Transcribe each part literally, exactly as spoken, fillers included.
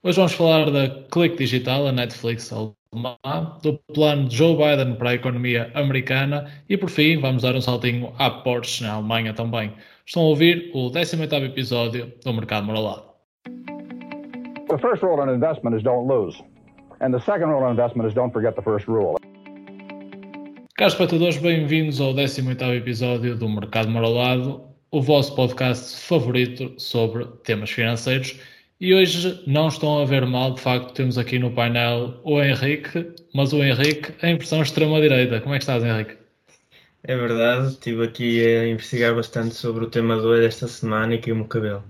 Hoje vamos falar da Clique Digital, a Netflix alemã, do plano de Joe Biden para a economia americana e, por fim, vamos dar um saltinho à Porsche na Alemanha também. Estão a ouvir o décimo oitavo episódio do Mercado Moralado. The first rule in investment is don't lose. And the second rule in investment is don't forget the first rule. Caros espectadores, bem-vindos ao décimo oitavo episódio do Mercado Moralado, o vosso podcast favorito sobre temas financeiros. E hoje não estão a ver mal, de facto, temos aqui no painel o Henrique, mas o Henrique em versão extrema-direita. Como é que estás, Henrique? É verdade, estive aqui a investigar bastante sobre o tema de hoje esta semana e caiu-me o cabelo.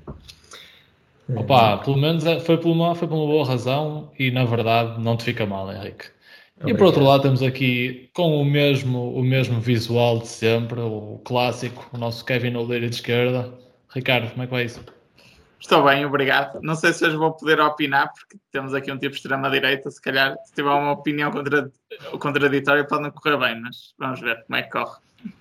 Opa, pelo menos foi por, uma, foi por uma boa razão e, na verdade, não te fica mal, Henrique. Obrigado. E por outro lado temos aqui com o mesmo, o mesmo visual de sempre, o clássico, o nosso Kevin O'Leary de esquerda. Ricardo, como é que vai isso? Estou bem, obrigado. Não sei se hoje vou poder opinar, porque temos aqui um tipo de extrema-direita. Se calhar, se tiver uma opinião contra... contraditória, pode não correr bem, mas vamos ver como é que corre.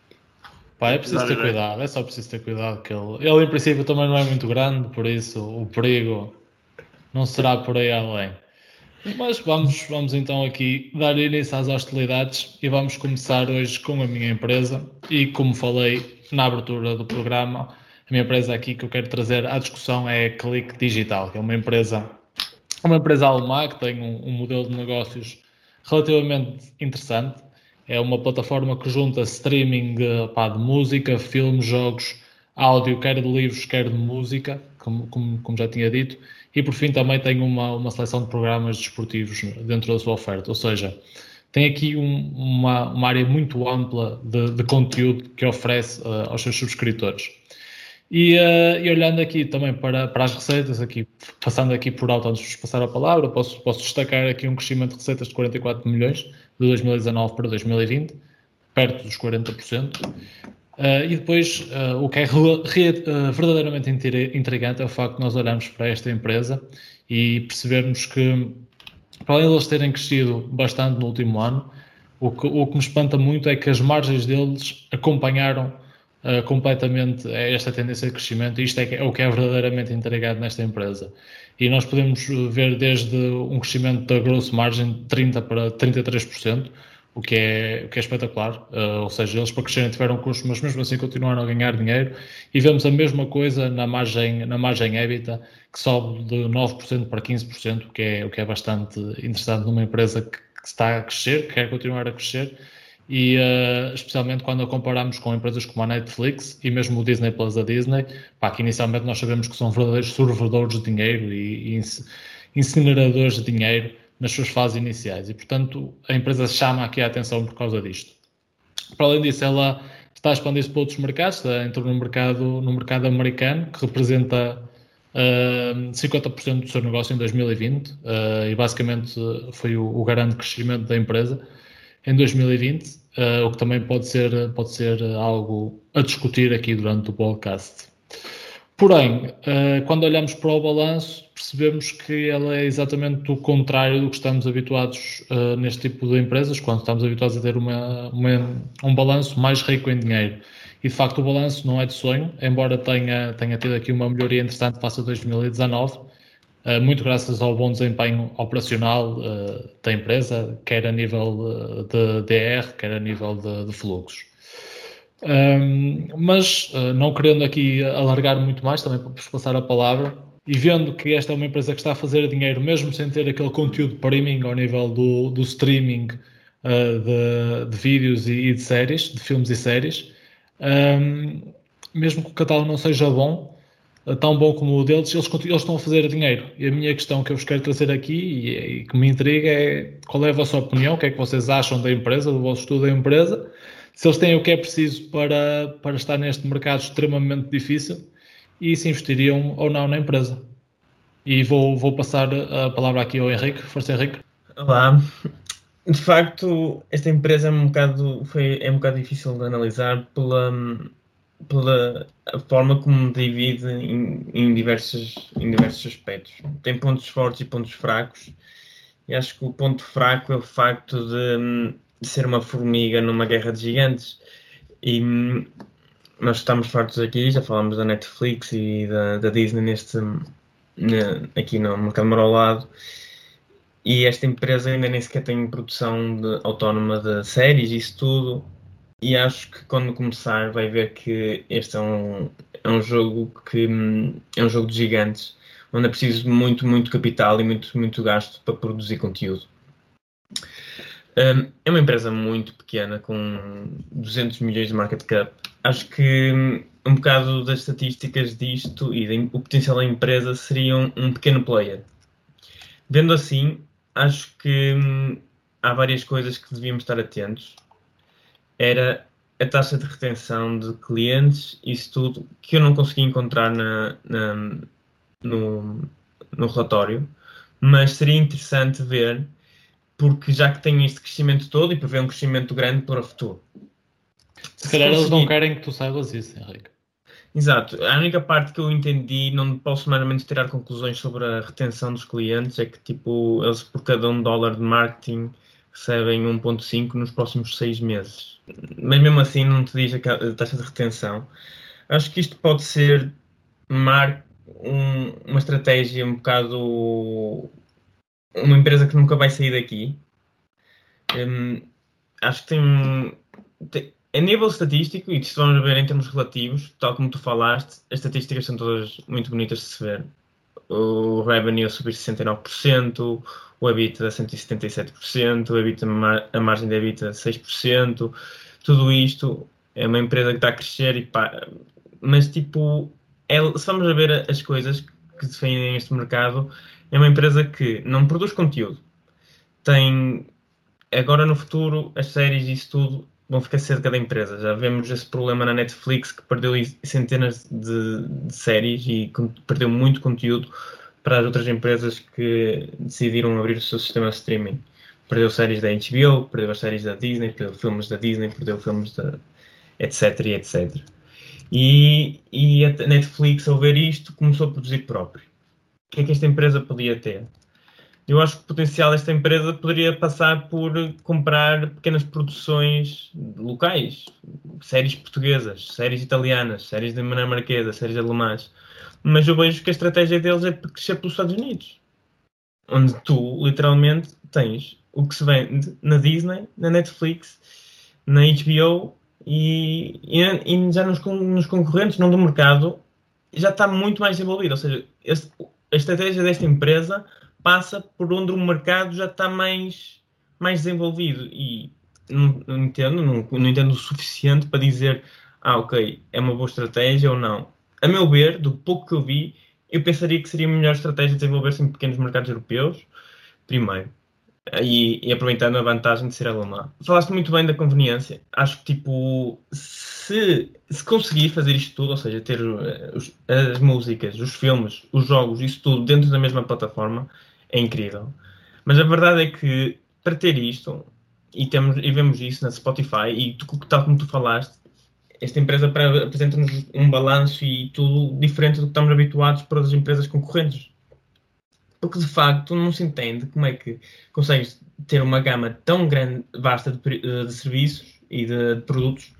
Pá, é preciso ter cuidado, é só preciso ter cuidado. Que ele, ele, em princípio, também não é muito grande, por isso o perigo não será por aí além. Mas vamos, vamos então aqui dar início às hostilidades e vamos começar hoje com a minha empresa. E como falei na abertura do programa, a minha empresa aqui que eu quero trazer à discussão é a Clique Digital, que é uma empresa, uma empresa alemã que tem um, um modelo de negócios relativamente interessante. É uma plataforma que junta streaming pá, de música, filmes, jogos, áudio, quer de livros, quer de música, como, como, como já tinha dito. E por fim também tem uma, uma seleção de programas desportivos dentro da sua oferta. Ou seja, tem aqui um, uma, uma área muito ampla de, de conteúdo que oferece uh, aos seus subscritores. E, uh, e olhando aqui também para, para as receitas, aqui, passando aqui por alto antes de vos passar a palavra, posso, posso destacar aqui um crescimento de receitas de quarenta e quatro milhões de dois mil e dezanove para dois mil e vinte, perto dos quarenta por cento. Uh, e depois, uh, o que é re, re, uh, verdadeiramente intrigante é o facto de nós olharmos para esta empresa e percebermos que, para além de eles terem crescido bastante no último ano, o que, o que me espanta muito é que as margens deles acompanharam Uh, completamente esta tendência de crescimento, e isto é, que é o que é verdadeiramente intrigante nesta empresa. E nós podemos ver desde um crescimento da gross margin de trinta por cento para trinta e três por cento, o que é, o que é espetacular, uh, ou seja, eles para crescerem tiveram custos, mas mesmo assim continuaram a ganhar dinheiro, e vemos a mesma coisa na margem, na margem EBITDA, que sobe de nove por cento para quinze por cento, o que é, o que é bastante interessante numa empresa que, que está a crescer, que quer continuar a crescer. E uh, especialmente quando a comparamos com empresas como a Netflix e mesmo o Disney Plus da Disney, pá, que inicialmente nós sabemos que são verdadeiros sorvedores de dinheiro e, e incineradores de dinheiro nas suas fases iniciais, e portanto a empresa chama aqui a atenção por causa disto. Para além disso, ela está a expandir-se para outros mercados, entrou no mercado, no mercado americano, que representa uh, cinquenta por cento do seu negócio em dois mil e vinte, uh, e basicamente foi o, o grande crescimento da empresa em dois mil e vinte, uh, o que também pode ser, pode ser algo a discutir aqui durante o podcast. Porém, uh, quando olhamos para o balanço, percebemos que ela é exatamente o contrário do que estamos habituados uh, neste tipo de empresas, quando estamos habituados a ter uma, uma, um balanço mais rico em dinheiro. E, de facto, o balanço não é de sonho, embora tenha, tenha tido aqui uma melhoria interessante face a dois mil e dezanove, Uh, muito graças ao bom desempenho operacional uh, da empresa, quer a nível uh, de D R, quer a nível de, de fluxos. Um, mas, uh, não querendo aqui alargar muito mais, também para vos passar a palavra, e vendo que esta é uma empresa que está a fazer dinheiro, mesmo sem ter aquele conteúdo premium ao nível do, do streaming uh, de, de vídeos e, e de séries, de filmes e séries, um, mesmo que o catálogo não seja bom, tão bom como o deles, eles, eles estão a fazer dinheiro. E a minha questão que eu vos quero trazer aqui e, e que me intriga é qual é a vossa opinião, o que é que vocês acham da empresa, do vosso estudo da empresa, se eles têm o que é preciso para, para estar neste mercado extremamente difícil e se investiriam ou não na empresa. E vou, vou passar a palavra aqui ao Henrique. Força, Henrique. Olá. De facto, esta empresa é um bocado, foi, é um bocado difícil de analisar pela... pela forma como divide em, em, diversos, em diversos aspectos. Tem pontos fortes e pontos fracos, e acho que o ponto fraco é o facto de, de ser uma formiga numa guerra de gigantes. E nós estamos fartos aqui, já falamos da Netflix e da, da Disney neste, aqui no mercado marolado, e esta empresa ainda nem sequer tem produção de, autónoma de séries e isso tudo, e acho que quando começar vai ver que este é um, é um jogo que é um jogo de gigantes, onde é preciso muito, muito capital e muito, muito gasto para produzir conteúdo. Um, é uma empresa muito pequena, com duzentos milhões de market cap. Acho que um bocado das estatísticas disto e de, o potencial da empresa seria um, um pequeno player. Vendo assim, acho que hum, há várias coisas que devíamos estar atentos. Era a taxa de retenção de clientes, isso tudo, que eu não consegui encontrar na, na, no, no relatório, mas seria interessante ver, porque já que tem este crescimento todo e prevê um crescimento grande para o futuro. Se, Se calhar conseguir... eles não querem que tu saibas isso, Henrique. Exato. A única parte que eu entendi, não posso mais ou menos tirar conclusões sobre a retenção dos clientes, é que tipo, eles por cada um dólar de marketing recebem um vírgula cinco nos próximos seis meses. Mas mesmo assim não te diz a taxa de retenção. Acho que isto pode ser mar... um, uma estratégia um bocado... uma empresa que nunca vai sair daqui. Um, acho que tem, tem... A nível estatístico, e se vamos ver em termos relativos, tal como tu falaste, as estatísticas são todas muito bonitas de se ver. O revenue a subir sessenta e nove por cento, o EBITDA a cento e setenta e sete por cento, o EBITDA, a margem de EBITDA seis por cento. Tudo isto é uma empresa que está a crescer, e pá, mas tipo, é, se vamos a ver as coisas que defendem este mercado, é uma empresa que não produz conteúdo. Tem, agora no futuro, as séries e isso tudo vão ficar cerca da empresa. Já vemos esse problema na Netflix, que perdeu centenas de, de séries e perdeu muito conteúdo para as outras empresas que decidiram abrir o seu sistema de streaming. Perdeu séries da H B O, perdeu as séries da Disney, perdeu filmes da Disney, perdeu filmes da etc e etcétera. E, e a Netflix, ao ver isto, começou a produzir próprio. O que é que esta empresa podia ter? Eu acho que o potencial desta empresa poderia passar por comprar pequenas produções locais, séries portuguesas, séries italianas, séries dinamarquesas, séries alemãs. Mas eu vejo que a estratégia deles é crescer pelos Estados Unidos, onde tu, literalmente, tens o que se vende na Disney, na Netflix, na H B O e, e, e já nos, nos concorrentes, não do mercado, já está muito mais desenvolvido. Ou seja, este, a estratégia desta empresa passa por onde o mercado já está mais, mais desenvolvido. E não, não entendo, não, não entendo o suficiente para dizer, ah, ok, é uma boa estratégia ou não. A meu ver, do pouco que eu vi, eu pensaria que seria a melhor estratégia desenvolver-se em pequenos mercados europeus, primeiro. E, e aproveitando a vantagem de ser alemã. Falaste muito bem da conveniência. Acho que, tipo, se, se conseguir fazer isto tudo, ou seja, ter os, as músicas, os filmes, os jogos, isso tudo dentro da mesma plataforma, é incrível. Mas a verdade é que, para ter isto, e, temos, e vemos isso na Spotify, e tu, tal como tu falaste, esta empresa apresenta-nos um balanço e tudo diferente do que estamos habituados para as empresas concorrentes. Porque, de facto, não se entende como é que consegues ter uma gama tão grande, vasta de, de serviços e de, de produtos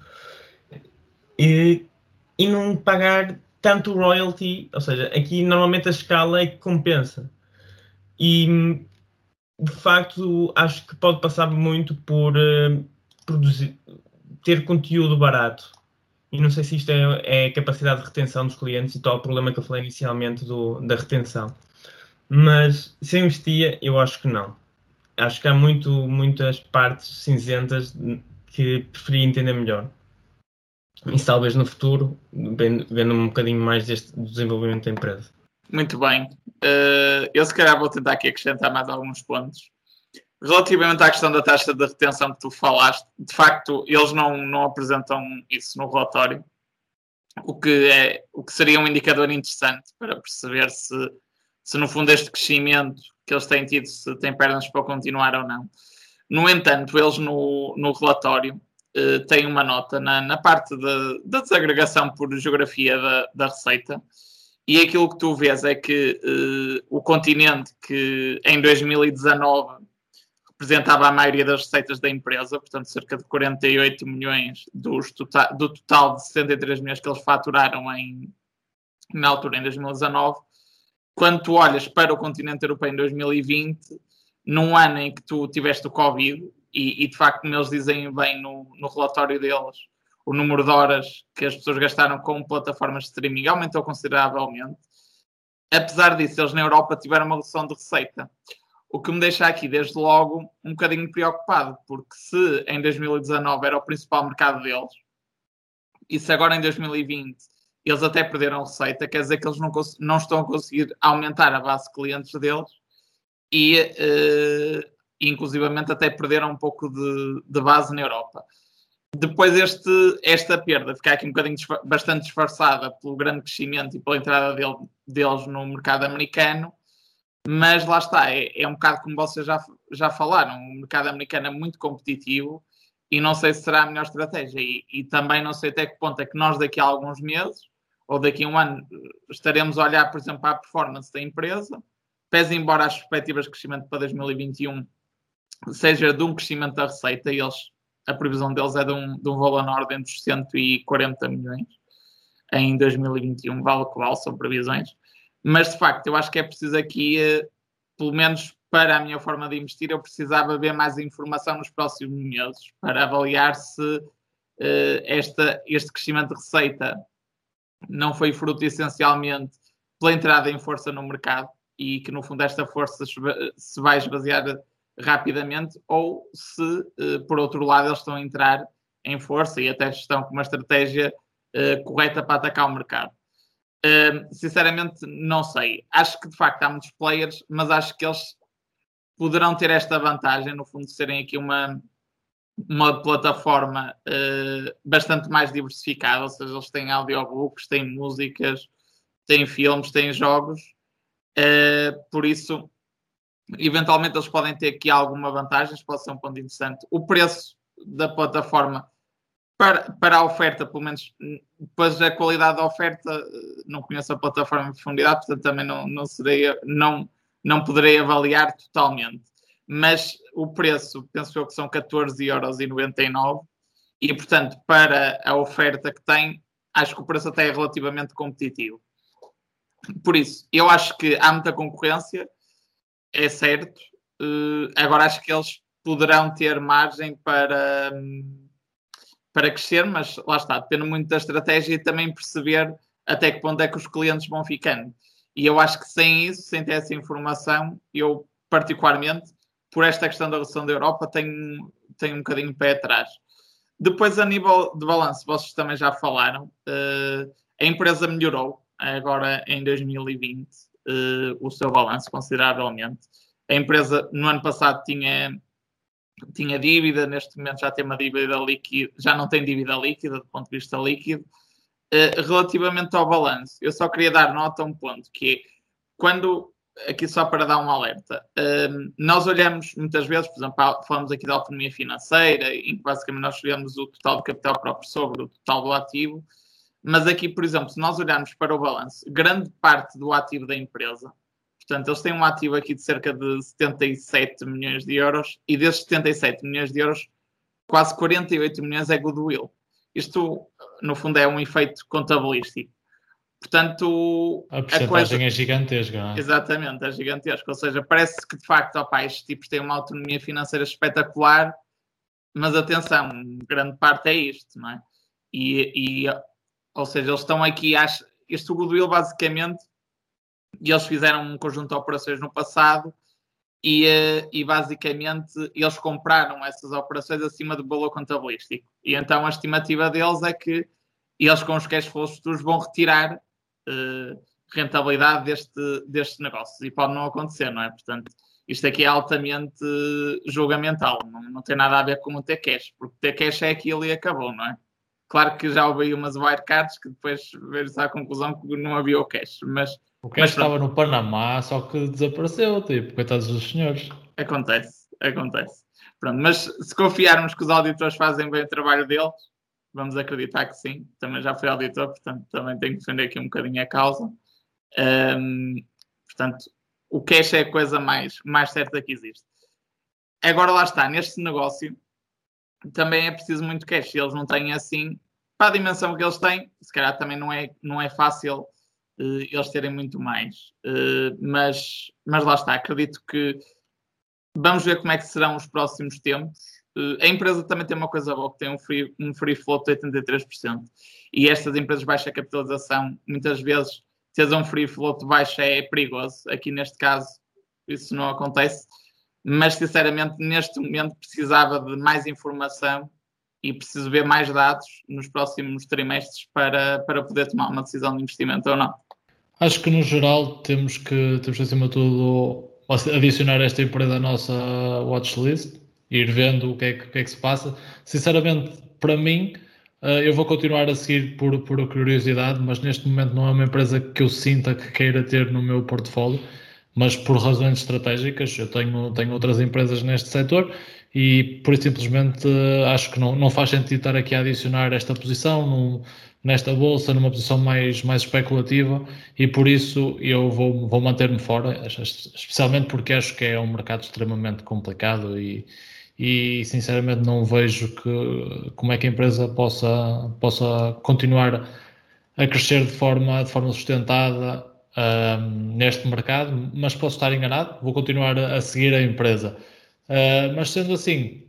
e, e não pagar tanto royalty. Ou seja, aqui normalmente a escala é que compensa. E, de facto, acho que pode passar muito por uh, produzir, ter conteúdo barato. E não sei se isto é, é a capacidade de retenção dos clientes e tal o problema que eu falei inicialmente do, da retenção. Mas se eu investia, eu acho que não. Acho que há muito, muitas partes cinzentas que preferia entender melhor. E talvez no futuro, vendo um bocadinho mais deste desenvolvimento da empresa. Muito bem. Uh, eu se calhar vou tentar aqui acrescentar mais alguns pontos. Relativamente à questão da taxa de retenção que tu falaste, de facto, eles não, não apresentam isso no relatório, o que, é, o que seria um indicador interessante para perceber se, se no fundo este crescimento que eles têm tido, se têm pernas para continuar ou não. No entanto, eles no, no relatório eh, têm uma nota na, na parte de, da desagregação por geografia da, da receita, e aquilo que tu vês é que eh, o continente que em dois mil e dezanove representava a maioria das receitas da empresa, portanto cerca de quarenta e oito milhões dos total, do total de setenta e três milhões que eles faturaram em, na altura, em dois mil e dezanove, quando tu olhas para o continente europeu em dois mil e vinte, num ano em que tu tiveste o Covid, e, e de facto, como eles dizem bem no, no relatório deles, o número de horas que as pessoas gastaram com plataformas de streaming aumentou consideravelmente. Apesar disso, eles na Europa tiveram uma redução de receita. O que me deixa aqui, desde logo, um bocadinho preocupado, porque se em dois mil e dezanove era o principal mercado deles, e se agora em dois mil e vinte eles até perderam receita, quer dizer que eles não, não estão a conseguir aumentar a base de clientes deles e, uh, inclusivamente, até perderam um pouco de, de base na Europa. Depois este, esta perda fica aqui um bocadinho bastante disfarçada pelo grande crescimento e pela entrada dele, deles no mercado americano, mas lá está, é, é um bocado como vocês já, já falaram, o mercado americano é muito competitivo e não sei se será a melhor estratégia. E, e também não sei até que ponto é que nós daqui a alguns meses ou daqui a um ano estaremos a olhar, por exemplo, para a performance da empresa, pese embora as perspectivas de crescimento para dois mil e vinte e um seja de um crescimento da receita, e eles, a previsão deles é de um, de um valor na ordem dos cento e quarenta milhões em dois mil e vinte e um, vale o que vale, são previsões. Mas, de facto, eu acho que é preciso aqui, eh, pelo menos para a minha forma de investir, eu precisava ver mais informação nos próximos meses para avaliar se eh, esta, este crescimento de receita não foi fruto essencialmente pela entrada em força no mercado e que, no fundo, esta força se vai esvaziar rapidamente, ou se, eh, por outro lado, eles estão a entrar em força e até estão com uma estratégia eh, correta para atacar o mercado. Uh, sinceramente, não sei. Acho que, de facto, há muitos players, mas acho que eles poderão ter esta vantagem, no fundo, de serem aqui uma, uma plataforma uh, bastante mais diversificada, ou seja, eles têm audiobooks, têm músicas, têm filmes, têm jogos. Uh, por isso, eventualmente, eles podem ter aqui alguma vantagem, pode ser um ponto interessante. O preço da plataforma Para, para a oferta, pelo menos, depois a qualidade da oferta, não conheço a plataforma em profundidade, portanto também não, não, serei, não, não poderei avaliar totalmente. Mas o preço, penso eu que são catorze euros e noventa e nove e, portanto, para a oferta que tem, acho que o preço até é relativamente competitivo. Por isso, eu acho que há muita concorrência, é certo. Uh, agora acho que eles poderão ter margem para... Um, para crescer, mas lá está, depende muito da estratégia e também perceber até que ponto é que os clientes vão ficando. E eu acho que sem isso, sem ter essa informação, eu particularmente, por esta questão da redução da Europa, tenho, tenho um bocadinho de pé atrás. Depois, a nível de balanço, vocês também já falaram, uh, a empresa melhorou agora em dois mil e vinte uh, o seu balanço consideravelmente. A empresa no ano passado tinha... tinha dívida, neste momento já tem uma dívida líquida, já não tem dívida líquida do ponto de vista líquido. Uh, relativamente ao balanço, eu só queria dar nota a um ponto, que é, quando, aqui só para dar um alerta, uh, nós olhamos muitas vezes, por exemplo, falamos aqui da autonomia financeira, em que basicamente nós olhamos o total de capital próprio sobre o total do ativo, mas aqui, por exemplo, se nós olharmos para o balanço, grande parte do ativo da empresa, portanto, eles têm um ativo aqui de cerca de setenta e sete milhões de euros e desses setenta e sete milhões de euros, quase quarenta e oito milhões é goodwill. Isto, no fundo, é um efeito contabilístico. Portanto, a porcentagem a coisa... é gigantesca. Não é? Exatamente, é gigantesca. Ou seja, parece que, de facto, opa, estes tipos têm uma autonomia financeira espetacular, mas atenção, grande parte é isto, não é? E, e ou seja, eles estão aqui, acho, este goodwill, basicamente, e eles fizeram um conjunto de operações no passado e, e basicamente eles compraram essas operações acima do valor contabilístico. E então a estimativa deles é que eles, com os cash flows futuros, vão retirar uh, rentabilidade deste, deste negócio. E pode não acontecer, não é? Portanto, isto aqui é altamente julgamental. Não, não tem nada a ver com o ter cash, porque ter cash é aquilo e acabou, não é? Claro que já houve umas wirecards que depois veio-se à conclusão que não havia o cash, mas... O cash estava no Panamá, só que desapareceu, tipo, coitados dos senhores. Acontece, acontece. Pronto, mas se confiarmos que os auditores fazem bem o trabalho deles, vamos acreditar que sim. Também já fui auditor, portanto, também tenho que defender aqui um bocadinho a causa. Um, portanto, o cash é a coisa mais, mais certa que existe. Agora lá está, neste negócio, também é preciso muito cash. E eles não têm assim, para a dimensão que eles têm, se calhar também não é, não é fácil... uh, eles terem muito mais. Uh, mas, mas lá está, acredito que vamos ver como é que serão os próximos tempos. Uh, a empresa também tem uma coisa boa, que tem um free, um free float de oitenta e três por cento. E estas empresas de baixa capitalização, muitas vezes, ter um free float baixo é perigoso. Aqui neste caso, isso não acontece. Mas, sinceramente, neste momento precisava de mais informação e preciso ver mais dados nos próximos trimestres para, para poder tomar uma decisão de investimento ou não. Acho que, no geral, temos que, temos que acima de tudo, adicionar esta empresa à nossa watchlist e ir vendo o que é que, o que, é que se passa. Sinceramente, para mim, eu vou continuar a seguir por, por curiosidade, mas neste momento não é uma empresa que eu sinta que queira ter no meu portfólio, mas por razões estratégicas. Eu tenho, tenho outras empresas neste setor e, por simplesmente, acho que não, não faz sentido estar aqui a adicionar esta posição num, nesta bolsa, numa posição mais, mais especulativa, e por isso eu vou, vou manter-me fora, especialmente porque acho que é um mercado extremamente complicado e, e sinceramente não vejo que, como é que a empresa possa, possa continuar a crescer de forma, de forma sustentada um, neste mercado, mas posso estar enganado, vou continuar a, a seguir a empresa. Uh, mas sendo assim,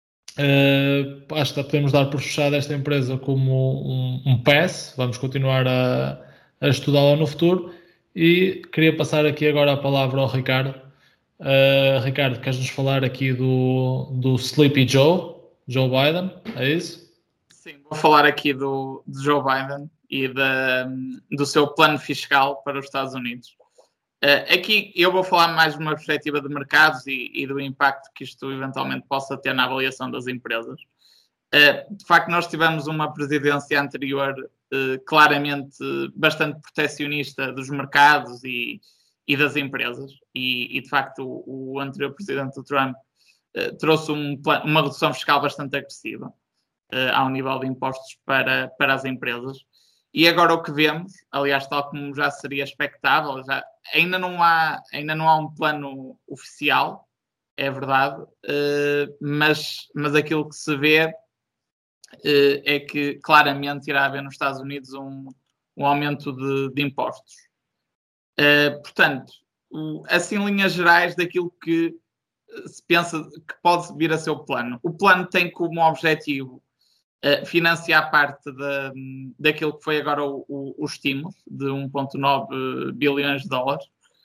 uh, acho que podemos dar por fechada esta empresa como um, um pass, vamos continuar a, a estudá-la no futuro, e queria passar aqui agora a palavra ao Ricardo. Uh, Ricardo, queres-nos falar aqui do, do Sleepy Joe, Joe Biden, é isso? Sim, vou falar aqui do, do Joe Biden e da, do seu plano fiscal para os Estados Unidos. Uh, aqui eu vou falar mais de uma perspectiva de mercados e, e do impacto que isto eventualmente possa ter na avaliação das empresas. Uh, de facto, nós tivemos uma presidência anterior uh, claramente bastante protecionista dos mercados e, e das empresas. E, e de facto, o, o anterior presidente do Trump uh, trouxe um, uma redução fiscal bastante agressiva uh, ao nível de impostos para, para as empresas. E agora o que vemos, aliás, tal como já seria expectável, já, ainda, não há, ainda não há um plano oficial, é verdade, uh, mas, mas aquilo que se vê uh, é que claramente irá haver nos Estados Unidos um, um aumento de, de impostos. Uh, portanto, o, assim, em linhas gerais, daquilo que se pensa que pode vir a ser o plano. O plano tem como objetivo Uh, financiar parte da, daquilo que foi agora o, o, o estímulo de um vírgula nove bilhões de dólares.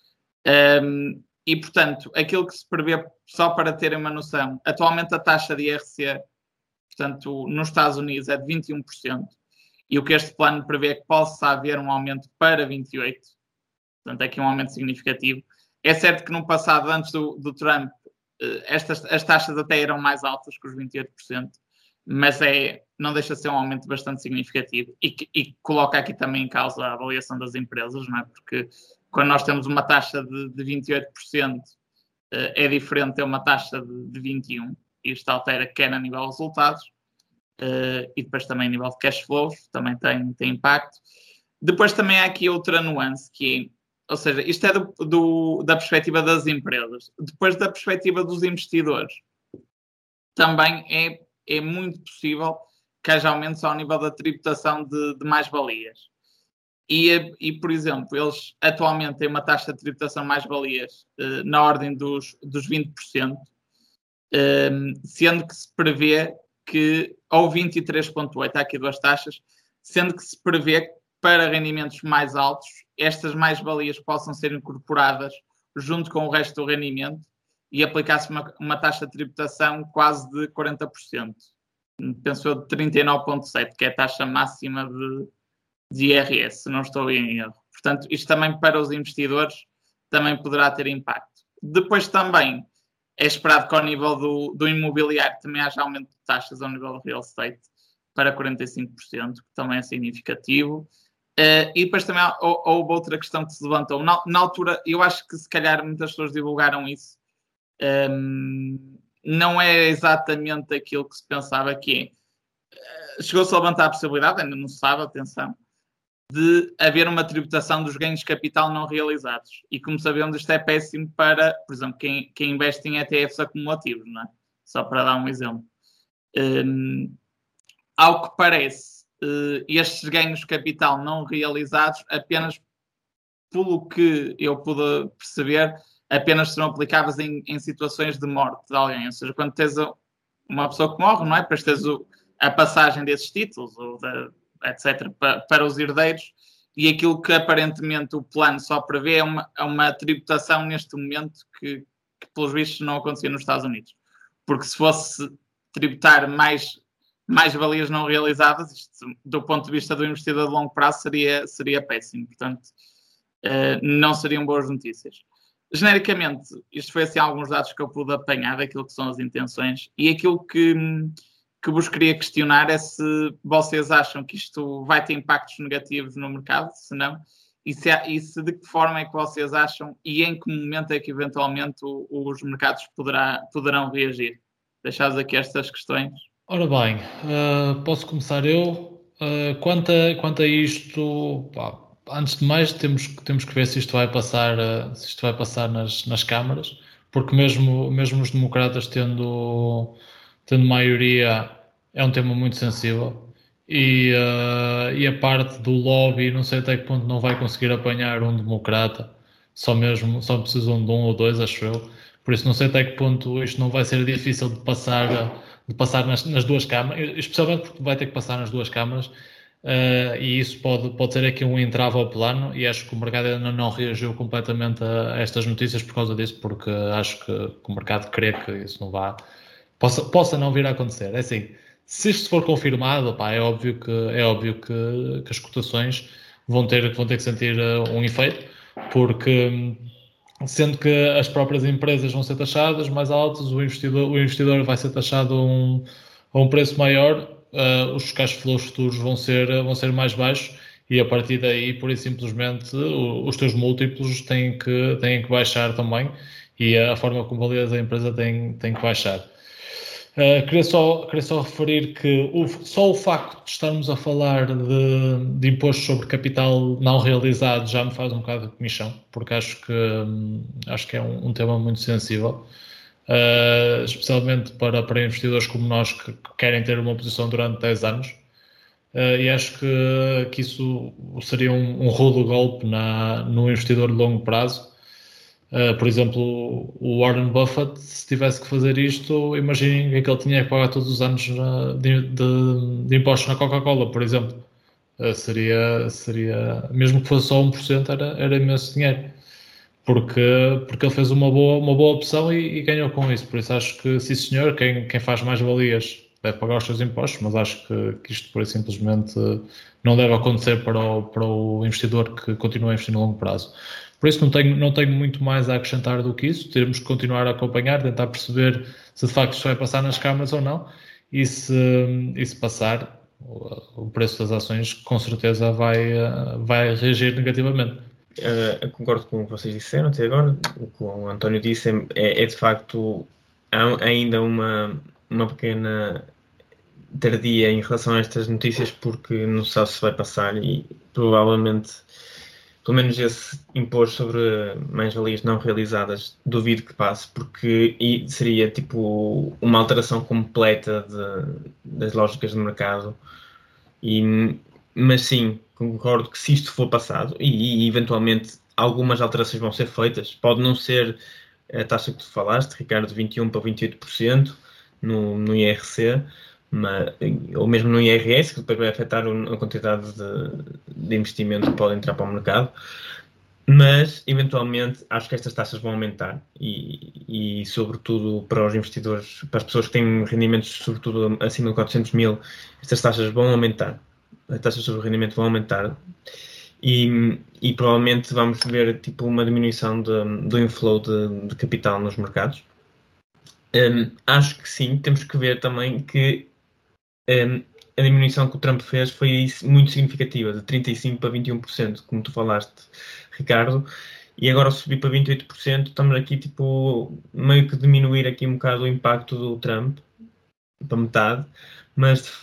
Um, e, portanto, aquilo que se prevê, só para terem uma noção, atualmente a taxa de I R C, portanto, nos Estados Unidos é de vinte e um por cento, e o que este plano prevê é que possa haver um aumento para vinte e oito por cento. Portanto, é aqui um aumento significativo. É certo que no passado, antes do, do Trump, uh, estas, as taxas até eram mais altas que os vinte e oito por cento, mas é, não deixa de ser um aumento bastante significativo e que e coloca aqui também em causa a avaliação das empresas, não é? Porque quando nós temos uma taxa de, de vinte e oito por cento uh, é diferente de ter uma taxa de, de vinte e um por cento, e isto altera quer a nível de resultados uh, e depois também a nível de cash flows, também tem, tem impacto. Depois também há aqui outra nuance, que é, ou seja, isto é do, do, da perspectiva das empresas. Depois da perspectiva dos investidores, também é é muito possível que haja aumentos ao nível da tributação de, de mais-valias. E, e, por exemplo, eles atualmente têm uma taxa de tributação de mais-valias eh, na ordem dos, dos vinte por cento, eh, sendo que se prevê que, ou vinte e três vírgula oito por cento, há aqui duas taxas, sendo que se prevê que para rendimentos mais altos, estas mais-valias possam ser incorporadas junto com o resto do rendimento, e aplicasse uma, uma taxa de tributação quase de quarenta por cento. Penso eu de trinta e nove vírgula sete por cento, que é a taxa máxima de, de I R S, se não estou em erro. Portanto, isto também para os investidores também poderá ter impacto. Depois também é esperado que ao nível do, do imobiliário também haja aumento de taxas ao nível do real estate para quarenta e cinco por cento, que também é significativo. Uh, e depois também há, ou, houve outra questão que se levantou. Na, na altura, eu acho que se calhar muitas pessoas divulgaram isso, Um, não é exatamente aquilo que se pensava que é. Chegou-se a levantar a possibilidade, ainda não se sabe, atenção, de haver uma tributação dos ganhos de capital não realizados. E como sabemos, isto é péssimo para, por exemplo, quem, quem investe em E T Fs acumulativos, não é? Só para dar um exemplo. Um, ao que parece, uh, estes ganhos de capital não realizados apenas pelo que eu pude perceber, apenas serão aplicáveis em, em situações de morte de alguém. Ou seja, quando tens uma pessoa que morre, não é? Depois tens o, a passagem desses títulos, ou da, etcétera, para, para os herdeiros, e aquilo que aparentemente o plano só prevê é uma, é uma tributação neste momento que, que, pelos vistos, não acontecia nos Estados Unidos. Porque se fosse tributar mais, mais valias não realizadas, isto, do ponto de vista do investidor de longo prazo, seria, seria péssimo. Portanto, uh, não seriam boas notícias. Genericamente, isto foi assim alguns dados que eu pude apanhar daquilo que são as intenções, e aquilo que, que vos queria questionar é se vocês acham que isto vai ter impactos negativos no mercado, se não, e se, e se de que forma é que vocês acham e em que momento é que eventualmente o, os mercados poderá, poderão reagir. Deixados aqui estas questões. Ora bem, uh, posso começar eu. Uh, quanto, a, quanto a isto, pá, antes de mais temos, temos que ver se isto vai passar, uh, se isto vai passar nas, nas câmaras, porque mesmo, mesmo os democratas tendo, tendo maioria é um tema muito sensível e, uh, e a parte do lobby não sei até que ponto não vai conseguir apanhar um democrata, só mesmo, só precisam de um ou dois, acho eu. Por isso não sei até que ponto isto não vai ser difícil de passar, de passar nas, nas duas câmaras, especialmente porque vai ter que passar nas duas câmaras, uh, e isso pode, pode ser aqui um entrave ao plano, e acho que o mercado ainda não reagiu completamente a estas notícias por causa disso, porque acho que, que o mercado crê que isso não vá, possa, possa não vir a acontecer. É assim, se isto for confirmado, pá, é óbvio que, é óbvio que, que as cotações vão ter, vão ter que sentir uh, um efeito, porque sendo que as próprias empresas vão ser taxadas mais altas, o investidor, o investidor vai ser taxado a um, a um preço maior, uh, os cash flows futuros vão ser, vão ser mais baixos, e a partir daí, pura e simplesmente, o, os teus múltiplos têm que, têm que baixar também, e a forma como validas a empresa tem, tem que baixar. Uh, queria, só, queria só referir que o, só o facto de estarmos a falar de, de impostos sobre capital não realizado já me faz um bocado de comichão, porque acho que, um, acho que é um, um tema muito sensível, uh, especialmente para, para investidores como nós que, que querem ter uma posição durante dez anos, uh, e acho que, que isso seria um, um rude golpe na, no investidor de longo prazo. Uh, por exemplo, o Warren Buffett, se tivesse que fazer isto, imaginem que ele tinha que pagar todos os anos uh, de, de, de impostos na Coca-Cola, por exemplo. Uh, seria, seria, mesmo que fosse só um por cento, era, era imenso dinheiro. Porque, porque ele fez uma boa, uma boa opção e, e ganhou com isso. Por isso acho que, sim senhor, quem, quem faz mais valias deve pagar os seus impostos, mas acho que, que isto, por simplesmente, não deve acontecer para o, para o investidor que continua a investir no longo prazo. Por isso não tenho, não tenho muito mais a acrescentar do que isso. Teremos que continuar a acompanhar, tentar perceber se de facto isto vai passar nas câmaras ou não, e se, e se passar, o preço das ações com certeza vai, vai reagir negativamente. Uh, concordo com o que vocês disseram até agora. O que o António disse é, é de facto há ainda uma, uma pequena tardia em relação a estas notícias, porque não se sabe se vai passar, e provavelmente pelo menos esse imposto sobre mais-valias não realizadas duvido que passe, porque e seria tipo uma alteração completa de, das lógicas do mercado. E, mas sim, concordo que se isto for passado, e, e eventualmente algumas alterações vão ser feitas, pode não ser a taxa que tu falaste, Ricardo, de vinte e um por cento para vinte e oito por cento no, no I R C, mas, ou mesmo no I R S, que depois vai afetar a quantidade de, de investimento que pode entrar para o mercado, mas eventualmente acho que estas taxas vão aumentar, e, e sobretudo para os investidores, para as pessoas que têm rendimentos sobretudo acima de quatrocentos mil, estas taxas vão aumentar, as taxas sobre o rendimento vão aumentar, e, e provavelmente vamos ver tipo uma diminuição de, do inflow de, de capital nos mercados. Um, acho que sim, temos que ver também que um, a diminuição que o Trump fez foi muito significativa, de trinta e cinco por cento para vinte e um por cento, como tu falaste, Ricardo, e agora subir para vinte e oito por cento, estamos aqui tipo meio que diminuir aqui um bocado o impacto do Trump para metade, mas de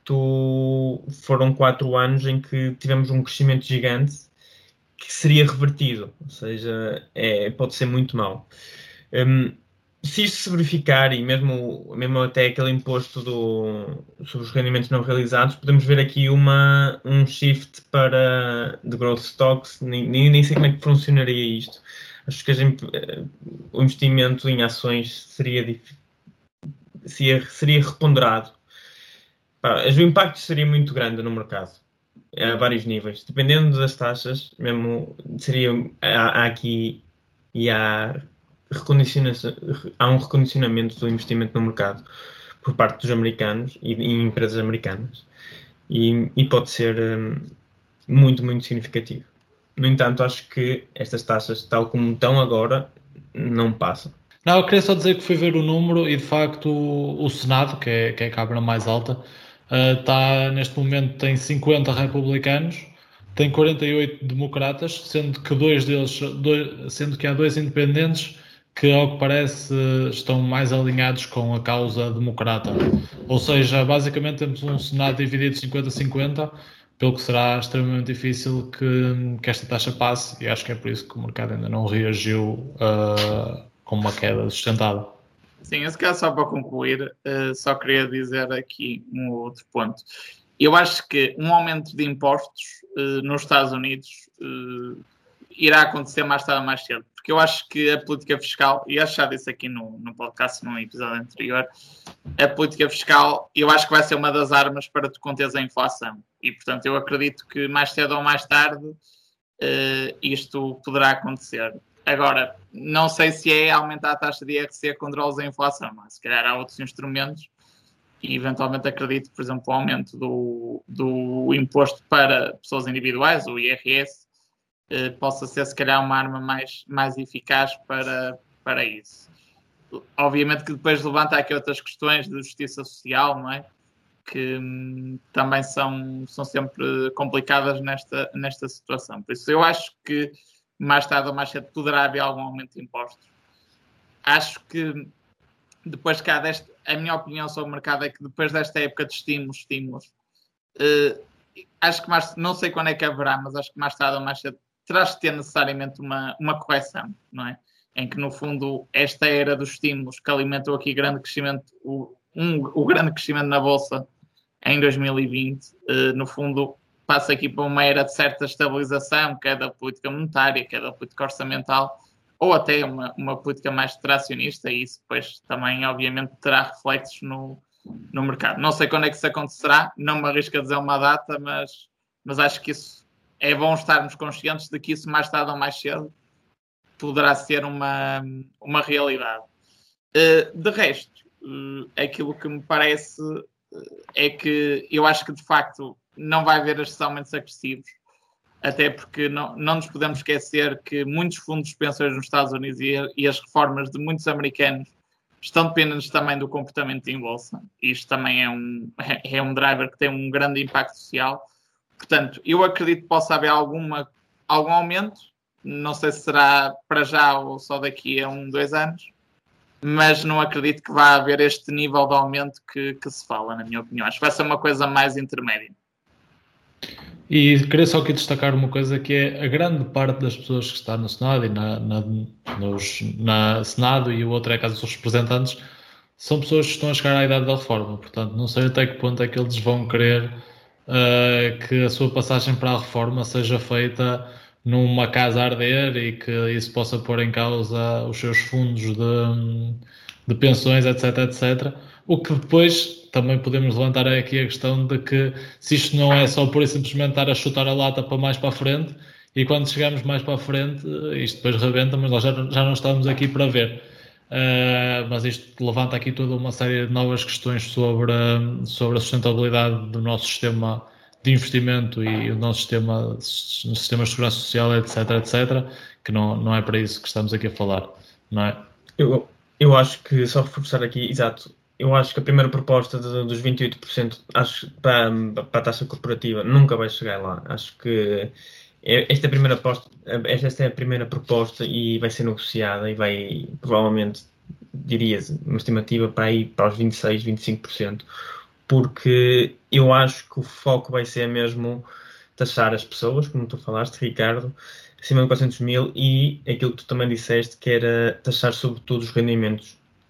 facto foram quatro anos em que tivemos um crescimento gigante que seria revertido, ou seja, é, pode ser muito mau. Um, se isto se verificar, e mesmo, mesmo até aquele imposto do, sobre os rendimentos não realizados, podemos ver aqui uma, um shift para de growth stocks. Nem, nem sei como é que funcionaria isto. Acho que a gente, o investimento em ações seria, seria, seria reponderado. O impacto seria muito grande no mercado, a vários níveis. Dependendo das taxas, mesmo seria, há, há aqui e há, há um recondicionamento do investimento no mercado por parte dos americanos e em empresas americanas. E, e pode ser um, muito, muito significativo. No entanto, acho que estas taxas, tal como estão agora, não passam. Não, eu queria só dizer que fui ver o número e, de facto, o, o Senado, que é, que é a Câmara mais alta, uh, está, neste momento, tem cinquenta republicanos, tem quarenta e oito democratas, sendo que, dois deles, dois, sendo que há dois independentes que, ao que parece, estão mais alinhados com a causa democrata. Ou seja, basicamente temos um Senado dividido cinquenta a cinquenta, pelo que será extremamente difícil que, que esta taxa passe, e acho que é por isso que o mercado ainda não reagiu uh, com uma queda sustentada. Sim, esse caso, só para concluir, uh, só queria dizer aqui um outro ponto. Eu acho que um aumento de impostos uh, nos Estados Unidos uh, irá acontecer mais tarde ou mais cedo, porque eu acho que a política fiscal, e acho que já disse aqui no, no podcast, num episódio anterior, a política fiscal, eu acho que vai ser uma das armas para tu conteres a inflação. E, portanto, eu acredito que mais cedo ou mais tarde uh, isto poderá acontecer. Agora, não sei se é aumentar a taxa de I R C controla a inflação, mas se calhar há outros instrumentos e, eventualmente, acredito, por exemplo, o aumento do, do imposto para pessoas individuais, o I R S, uh, possa ser, se calhar, uma arma mais, mais eficaz para, para isso. Obviamente que depois levanta aqui outras questões de justiça social, não é? Que hum, também são, são sempre complicadas nesta, nesta situação. Por isso, eu acho que mais tarde ou mais cedo poderá haver algum aumento de impostos. Acho que depois que há deste, a minha opinião sobre o mercado é que depois desta época de estímulos, estímulos, uh, acho que mais, não sei quando é que haverá, mas acho que mais tarde ou mais cedo terá de ter necessariamente uma, uma correção, não é? Em que, no fundo, esta era dos estímulos que alimentou aqui grande crescimento, o, um, o grande crescimento na Bolsa em dois mil e vinte, uh, no fundo, passa aqui para uma era de certa estabilização, que é da política monetária, que é da política orçamental, ou até uma, uma política mais tracionista, e isso depois também, obviamente, terá reflexos no, no mercado. Não sei quando é que isso acontecerá, não me arrisco a dizer uma data, mas, mas acho que isso é bom estarmos conscientes de que isso mais tarde ou mais cedo poderá ser uma, uma realidade. Uh, de resto, uh, aquilo que me parece uh, é que eu acho que, de facto, não vai haver estes aumentos agressivos, até porque não, não nos podemos esquecer que muitos fundos de pensões nos Estados Unidos e, e as reformas de muitos americanos estão dependentes também do comportamento em bolsa. Isto também é um, é um driver que tem um grande impacto social. Portanto, eu acredito que possa haver alguma, algum aumento. Não sei se será para já ou só daqui a um, dois anos, mas não acredito que vá haver este nível de aumento que, que se fala, na minha opinião. Acho que vai ser uma coisa mais intermédia. E queria só aqui destacar uma coisa, que é a grande parte das pessoas que está no Senado e na, na, nos, na Senado, e o outro é a Casa dos Representantes, são pessoas que estão a chegar à idade da reforma. Portanto, não sei até que ponto é que eles vão querer uh, que a sua passagem para a reforma seja feita numa casa a arder e que isso possa pôr em causa os seus fundos de, de pensões, etc, etcétera. O que depois também podemos levantar aqui a questão de que se isto não é só por simplesmente estar a chutar a lata para mais para a frente, e quando chegamos mais para a frente isto depois rebenta, mas nós já, já não estamos aqui para ver. Uh, mas isto levanta aqui toda uma série de novas questões sobre, sobre a sustentabilidade do nosso sistema de investimento e o nosso sistema, sistema de segurança social, etc, etcétera, que não, não é para isso que estamos aqui a falar, não é? Eu, eu acho que, só reforçar aqui, exato, eu acho que a primeira proposta de, dos vinte e oito por cento acho, para, para a taxa corporativa nunca vai chegar lá. Acho que esta é a primeira proposta, esta é a primeira proposta e vai ser negociada e vai, provavelmente, diria uma estimativa para ir para os vinte e seis, vinte e cinco por cento, porque eu acho que o foco vai ser mesmo taxar as pessoas, como tu falaste, Ricardo, acima de quatrocentos mil, e aquilo que tu também disseste, que era taxar sobretudo os rendimentos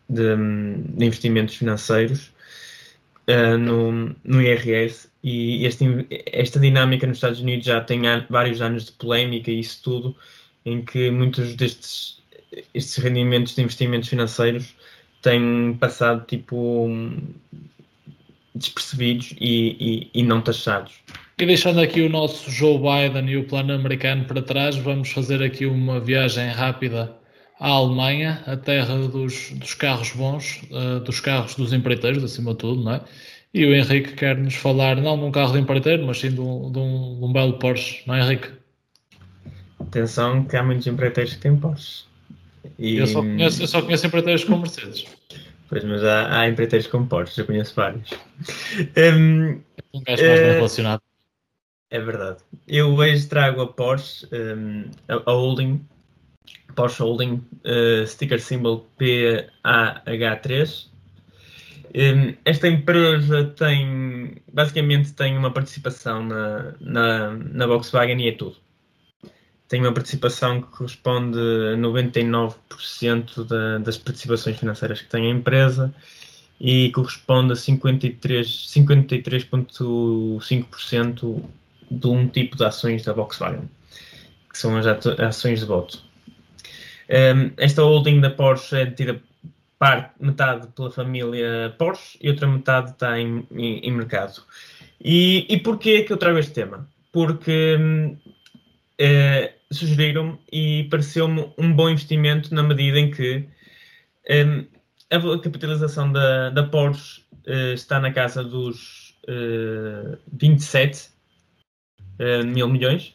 de, de investimentos financeiros uh, no, no I R S, e este, esta dinâmica nos Estados Unidos já tem an- vários anos de polémica e isso tudo, em que muitos destes estes rendimentos de investimentos financeiros têm passado tipo despercebidos e, e, e não taxados. E deixando aqui o nosso Joe Biden e o plano americano para trás, vamos fazer aqui uma viagem rápida à Alemanha, a terra dos, dos carros bons, uh, dos carros dos empreiteiros, acima de tudo, não é? E o Henrique quer nos falar, não de um carro de empreiteiro, mas sim de um, de um, de um belo Porsche, não é, Henrique? Atenção que há muitos empreiteiros que têm Porsche. E... Eu, só conheço, eu só conheço empreiteiros com Mercedes. Pois, mas há, há empreiteiros com Porsche, eu conheço vários. Um, um gajo mais bem relacionado. É verdade. Eu hoje trago a Porsche, um, a, a Holding, Porsche Holding, uh, sticker symbol P A H três. Um, esta empresa tem, basicamente tem uma participação na, na, na Volkswagen e é tudo. Tem uma participação que corresponde a noventa e nove por cento da, das participações financeiras que tem a empresa e corresponde a cinquenta e três vírgula cinco por cento de um tipo de ações da Volkswagen, que são as ações de voto. Um, esta holding da Porsche é detida parte, metade pela família Porsche e outra metade está em, em, em mercado. E, e porquê que eu trago este tema? Porque hum, é, sugeriram-me e pareceu-me um bom investimento na medida em que hum, a capitalização da, da Porsche uh, está na casa dos uh, vinte e sete uh, mil milhões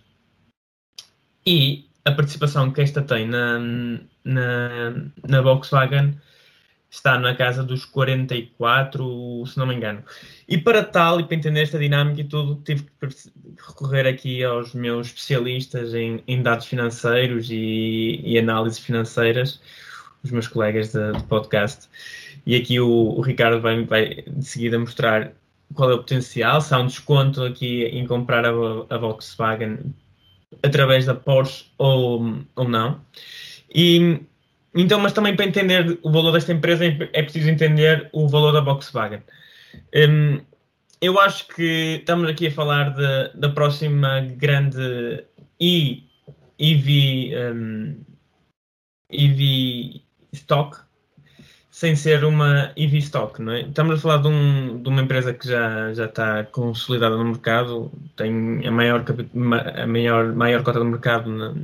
e a participação que esta tem na, na, na Volkswagen está na casa dos quarenta e quatro, se não me engano. E para tal, e para entender esta dinâmica e tudo, tive que recorrer aqui aos meus especialistas em, em dados financeiros e, e análises financeiras, os meus colegas de, de podcast. E aqui o, o Ricardo vai, vai de seguida mostrar qual é o potencial, se há um desconto aqui em comprar a, a Volkswagen através da Porsche ou, ou não. E então, mas também para entender o valor desta empresa é preciso entender o valor da Volkswagen. Um, eu acho que estamos aqui a falar de, da próxima grande E V, um, E V stock, sem ser uma E V stock, não é? Estamos a falar de, um, de uma empresa que já, já está consolidada no mercado, tem a maior, a maior, maior cota de mercado no,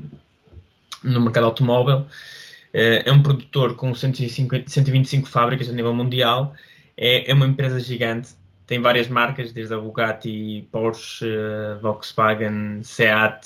no mercado automóvel. É um produtor com cento e cinquenta, cento e vinte e cinco fábricas a nível mundial. É, é uma empresa gigante. Tem várias marcas, desde a Bugatti, Porsche, Volkswagen, Seat,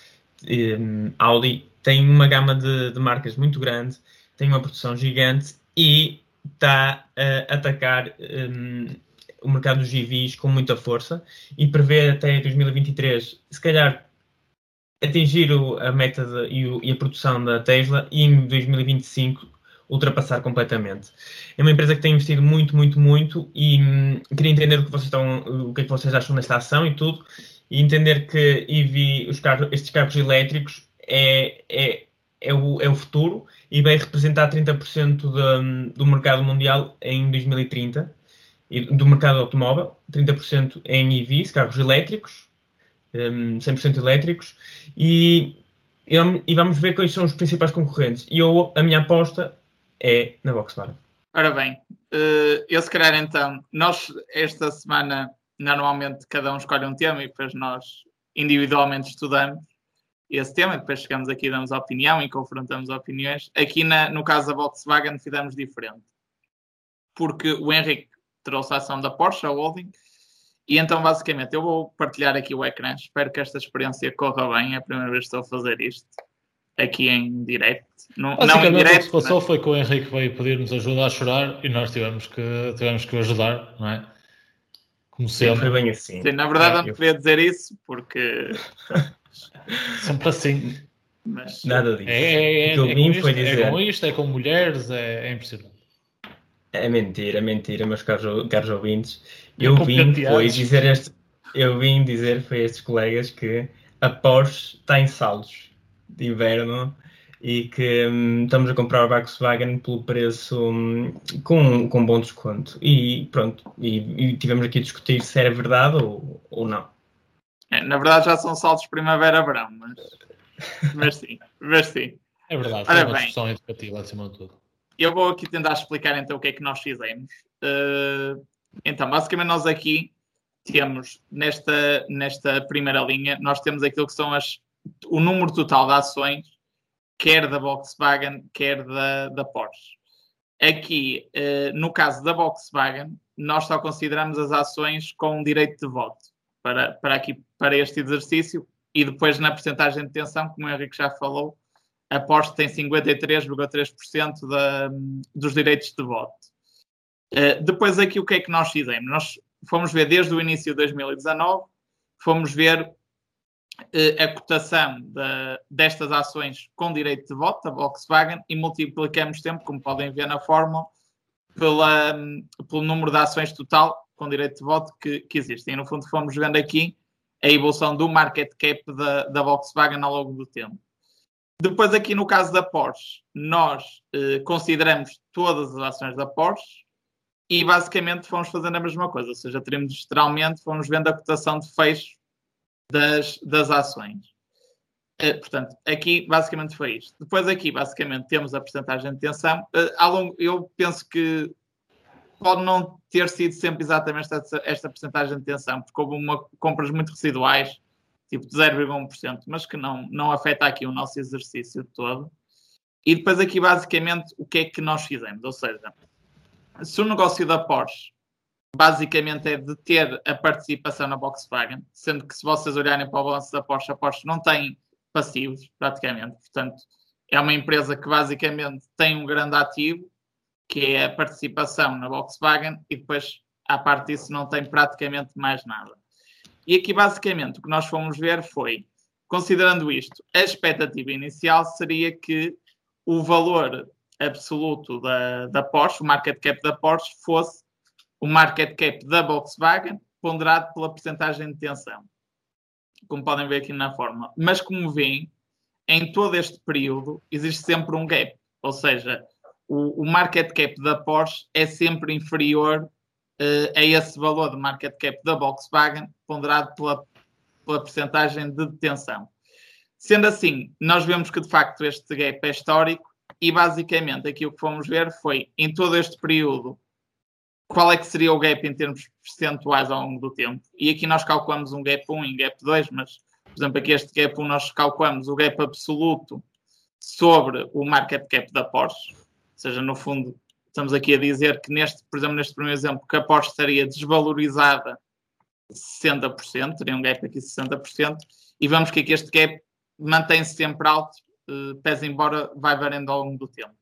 um, Audi. Tem uma gama de, de marcas muito grande. Tem uma produção gigante e está a atacar um, o mercado dos E Vs com muita força e prevê até dois mil e vinte e três, se calhar, atingir o, a meta de, e, o, e a produção da Tesla e em dois mil e vinte e cinco ultrapassar completamente. É uma empresa que tem investido muito, muito, muito e hum, queria entender o que vocês estão, o que é que vocês acham desta ação e tudo, e entender que E V, os carros, estes carros elétricos é, é, é, o, é o futuro e vai representar trinta por cento do, do mercado mundial em dois mil e trinta, e do mercado automóvel, trinta por cento em E Vs, carros elétricos, cem por cento elétricos, e, e vamos ver quais são os principais concorrentes. E eu, a minha aposta é na Volkswagen. Ora bem, eu se calhar então, nós esta semana normalmente cada um escolhe um tema e depois nós individualmente estudamos esse tema e depois chegamos aqui e damos a opinião e confrontamos opiniões. Aqui na, no caso da Volkswagen fizemos diferente, porque o Henrique trouxe a ação da Porsche, a holding. E então, basicamente, eu vou partilhar aqui o ecrã. Espero que esta experiência corra bem. É a primeira vez que estou a fazer isto aqui em direto. Não, não em direto. O que se passou mas... foi que o Henrique veio pedir-nos ajuda a chorar e nós tivemos que, tivemos que o ajudar, não é? Como sempre. Foi bem assim. Sim, na verdade, é, não eu... queria dizer isso porque. Sempre assim. Mas... Nada disso. É, é, é, é, com isto, foi dizer... é com isto, é com mulheres, é, é impressionante. É mentira, é mentira, meus caros, caros ouvintes. Eu vim, foi dizer este, eu vim dizer foi a estes colegas que a Porsche está em saldos de inverno e que hum, estamos a comprar o Volkswagen pelo preço hum, com, com bom desconto. E pronto, e, e tivemos aqui a discutir se era verdade ou, ou não. É, na verdade já são saltos primavera-verão, mas, mas sim, mas sim. É verdade, Ora é uma bem, discussão educativa acima de tudo. Eu vou aqui tentar explicar então o que é que nós fizemos. Uh, então, basicamente nós aqui temos, nesta, nesta primeira linha, nós temos aquilo que são as, o número total de ações, quer da Volkswagen, quer da, da Porsche. Aqui, uh, no caso da Volkswagen, nós só consideramos as ações com direito de voto para, para, aqui, para este exercício, e depois na percentagem de detenção, como o Henrique já falou, a Porsche tem cinquenta e três vírgula três por cento da, dos direitos de voto. Uh, depois aqui o que é que nós fizemos? Nós fomos ver desde o início de dois mil e dezanove, fomos ver uh, a cotação de, destas ações com direito de voto da Volkswagen e multiplicamos sempre, como podem ver na fórmula, pela, pelo número de ações total com direito de voto que, que existem. E no fundo fomos vendo aqui a evolução do market cap da, da Volkswagen ao longo do tempo. Depois aqui no caso da Porsche, nós eh, consideramos todas as ações da Porsche e basicamente fomos fazendo a mesma coisa, ou seja, trimestralmente fomos vendo a cotação de fecho das, das ações. Eh, portanto, aqui basicamente foi isto. Depois aqui basicamente temos a percentagem de detenção. Eh, ao longo, eu penso que pode não ter sido sempre exatamente esta, esta percentagem de detenção, porque houve uma, compras muito residuais, tipo de zero vírgula um por cento, mas que não, não afeta aqui o nosso exercício todo. E depois aqui, basicamente, o que é que nós fizemos? Ou seja, se o negócio da Porsche, basicamente, é de ter a participação na Volkswagen, sendo que se vocês olharem para o balanço da Porsche, a Porsche não tem passivos, praticamente. Portanto, é uma empresa que, basicamente, tem um grande ativo, que é a participação na Volkswagen, e depois, à parte disso, não tem praticamente mais nada. E aqui, basicamente, o que nós fomos ver foi, considerando isto, a expectativa inicial seria que o valor absoluto da, da Porsche, o market cap da Porsche, fosse o market cap da Volkswagen, ponderado pela percentagem de detenção. Como podem ver aqui na fórmula. Mas, como veem, em todo este período, existe sempre um gap. Ou seja, o, o market cap da Porsche é sempre inferior Uh, a esse valor de market cap da Volkswagen, ponderado pela, pela percentagem de detenção. Sendo assim, nós vemos que, de facto, este gap é histórico e, basicamente, aqui o que fomos ver foi, em todo este período, qual é que seria o gap em termos percentuais ao longo do tempo. E aqui nós calculamos um gap um e um gap dois, mas, por exemplo, aqui este gap um nós calculamos o gap absoluto sobre o market cap da Porsche. Ou seja, no fundo, estamos aqui a dizer que, neste, por exemplo, neste primeiro exemplo, que a Porsche estaria desvalorizada sessenta por cento, teria um gap aqui de sessenta por cento, e vemos que aqui este gap mantém-se sempre alto, eh, pese embora vai variando ao longo do tempo.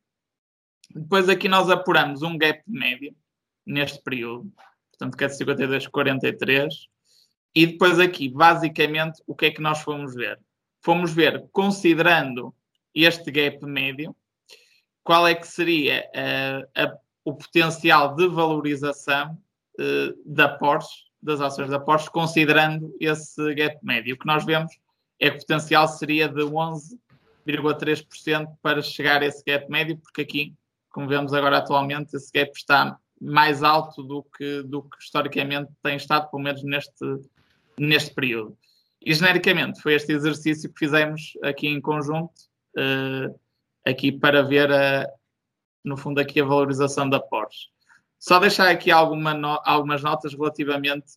Depois aqui nós apuramos um gap médio, neste período, portanto que é de cinquenta e dois vírgula quarenta e três, e depois aqui, basicamente, o que é que nós fomos ver? Fomos ver, considerando este gap médio, qual é que seria uh, a, o potencial de valorização uh, da Porsche, das ações da Porsche, considerando esse gap médio. O que nós vemos é que o potencial seria de onze vírgula três por cento para chegar a esse gap médio, porque aqui, como vemos agora atualmente, esse gap está mais alto do que, do que historicamente tem estado, pelo menos neste, neste período. E, genericamente, foi este exercício que fizemos aqui em conjunto, uh, aqui para ver, a, no fundo, aqui a valorização da Porsche. Só deixar aqui alguma no, algumas notas relativamente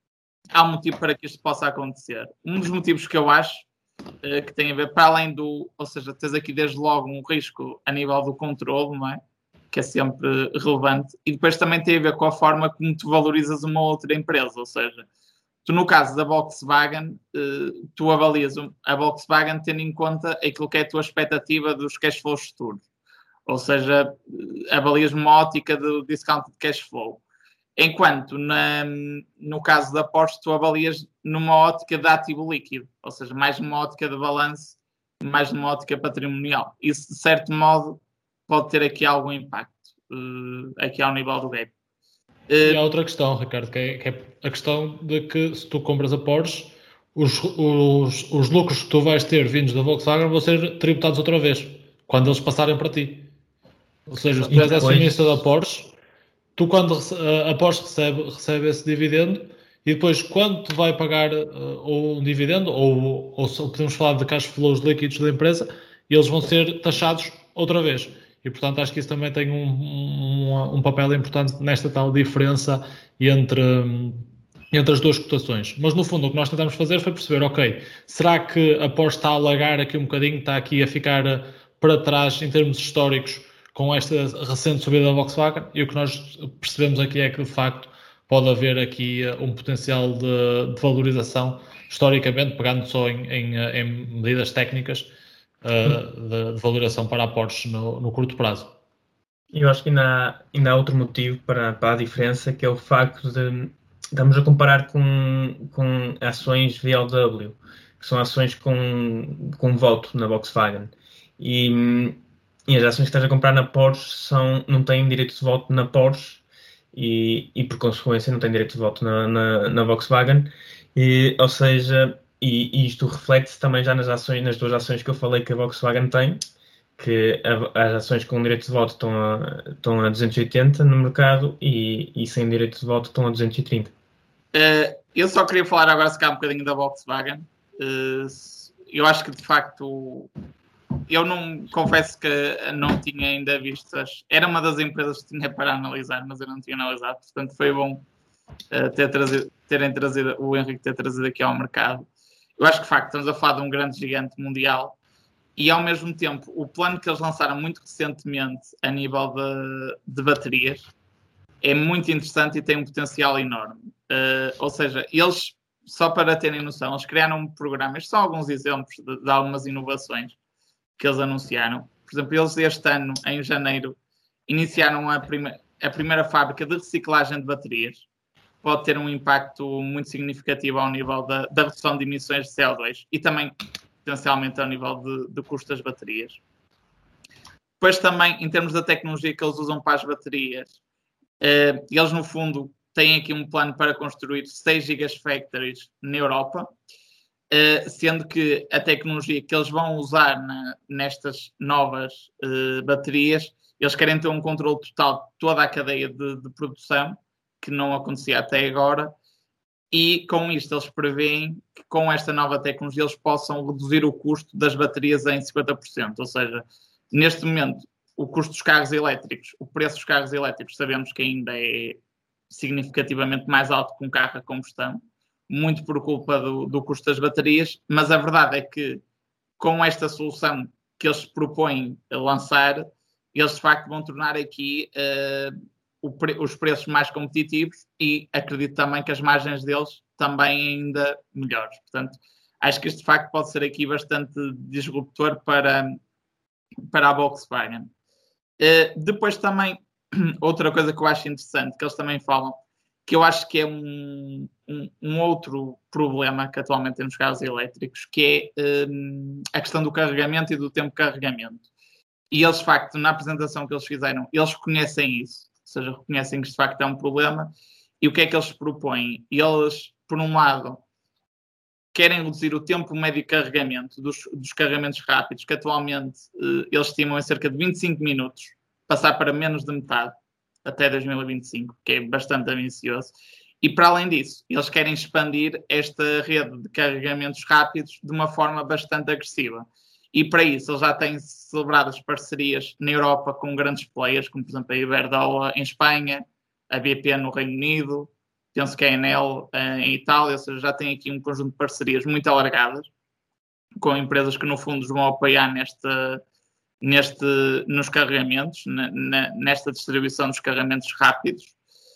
ao motivo para que isto possa acontecer. Um dos motivos que eu acho uh, que tem a ver, para além do, ou seja, tens aqui desde logo um risco a nível do controle, não é? Que é sempre relevante, e depois também tem a ver com a forma como tu valorizas uma outra empresa, ou seja, tu, no caso da Volkswagen, tu avalias a Volkswagen tendo em conta aquilo que é a tua expectativa dos cash flows futuros. Ou seja, avalias uma ótica do discount de cash flow. Enquanto, na, no caso da Porsche, tu avalias numa ótica de ativo líquido. Ou seja, mais numa ótica de balanço, mais numa ótica patrimonial. Isso, de certo modo, pode ter aqui algum impacto, aqui ao nível do gap. E há outra questão, Ricardo, que é, que é a questão de que, se tu compras a Porsche, os, os, os lucros que tu vais ter vindos da Volkswagen vão ser tributados outra vez. quando eles passarem para ti. Ou seja, se tu és acionista da Porsche, tu quando a Porsche recebe, recebe esse dividendo e depois quando tu vai pagar uh, ou um dividendo ou, ou, ou podemos falar de cash flows líquidos da empresa, eles vão ser taxados outra vez. E portanto acho que isso também tem um, um, um papel importante nesta tal diferença entre, entre as duas cotações. Mas no fundo o que nós tentamos fazer foi perceber, ok, será que a Porsche está a alagar aqui um bocadinho, está aqui a ficar para trás em termos históricos com esta recente subida da Volkswagen? E o que nós percebemos aqui é que, de facto, pode haver aqui um potencial de, de valorização, historicamente, pegando só em, em, em medidas técnicas, uh, de, de valoração para a Porsche no, no curto prazo. Eu acho que ainda há, ainda há outro motivo para, para a diferença, que é o facto de estamos a comparar com, com ações V L W, que são ações com, com voto na Volkswagen. E... E as ações que estás a comprar na Porsche são, não têm direito de voto na Porsche e, e por consequência, não têm direito de voto na, na, na Volkswagen. E, ou seja, e, e isto reflete-se também já nas ações, nas duas ações que eu falei que a Volkswagen tem, que a, as ações com direito de voto estão a, estão a duzentos e oitenta no mercado e, e sem direito de voto estão a duzentos e trinta. Uh, eu só queria falar agora, se calhar, um bocadinho da Volkswagen. Uh, eu acho que, de facto... Eu não confesso que não tinha ainda visto as... Era uma das empresas que tinha para analisar, mas eu não tinha analisado. Portanto, foi bom uh, ter trazido, terem trazido, o Henrique ter trazido aqui ao mercado. Eu acho que, de facto, estamos a falar de um grande gigante mundial e, ao mesmo tempo, o plano que eles lançaram muito recentemente a nível de, de baterias é muito interessante e tem um potencial enorme. Uh, ou seja, eles, só para terem noção, eles criaram um programa. Estes são alguns exemplos de, de algumas inovações que eles anunciaram. Por exemplo, eles este ano, em janeiro, iniciaram a, prima, a primeira fábrica de reciclagem de baterias. Pode ter um impacto muito significativo ao nível da, da redução de emissões de C O dois e também, potencialmente, ao nível de, de custo das baterias. Depois também, em termos da tecnologia que eles usam para as baterias, eh, eles, no fundo, têm aqui um plano para construir seis gigafactories na Europa, Uh, sendo que a tecnologia que eles vão usar na, nestas novas uh, baterias, eles querem ter um controle total de toda a cadeia de, de produção, que não acontecia até agora, e com isto eles preveem que com esta nova tecnologia eles possam reduzir o custo das baterias em cinquenta por cento. Ou seja, neste momento, o custo dos carros elétricos, o preço dos carros elétricos, sabemos que ainda é significativamente mais alto que um carro a combustão, muito por culpa do, do custo das baterias, mas a verdade é que com esta solução que eles propõem lançar, eles de facto vão tornar aqui uh, o pre- os preços mais competitivos e acredito também que as margens deles também ainda melhores. Portanto, acho que este de facto pode ser aqui bastante disruptor para, para a Volkswagen. Uh, depois também, outra coisa que eu acho interessante, que eles também falam, que eu acho que é um, um, um outro problema que atualmente temos carros elétricos, que é um, a questão do carregamento e do tempo de carregamento. E eles, de facto, na apresentação que eles fizeram, eles reconhecem isso, ou seja, reconhecem que isto, de facto, é um problema. E o que é que eles propõem? Eles, por um lado, querem reduzir o tempo médio de carregamento dos, dos carregamentos rápidos, que atualmente uh, eles estimam em cerca de vinte e cinco minutos, passar para menos de metade, até dois mil e vinte e cinco, que é bastante ambicioso. E, para além disso, eles querem expandir esta rede de carregamentos rápidos de uma forma bastante agressiva. E, para isso, eles já têm celebrado as parcerias na Europa com grandes players, como, por exemplo, a Iberdrola em Espanha, a B P no Reino Unido, penso que a Enel em Itália, ou seja, já tem aqui um conjunto de parcerias muito alargadas, com empresas que, no fundo, vão apoiar nesta... Neste, nos carregamentos, na, na, nesta distribuição dos carregamentos rápidos.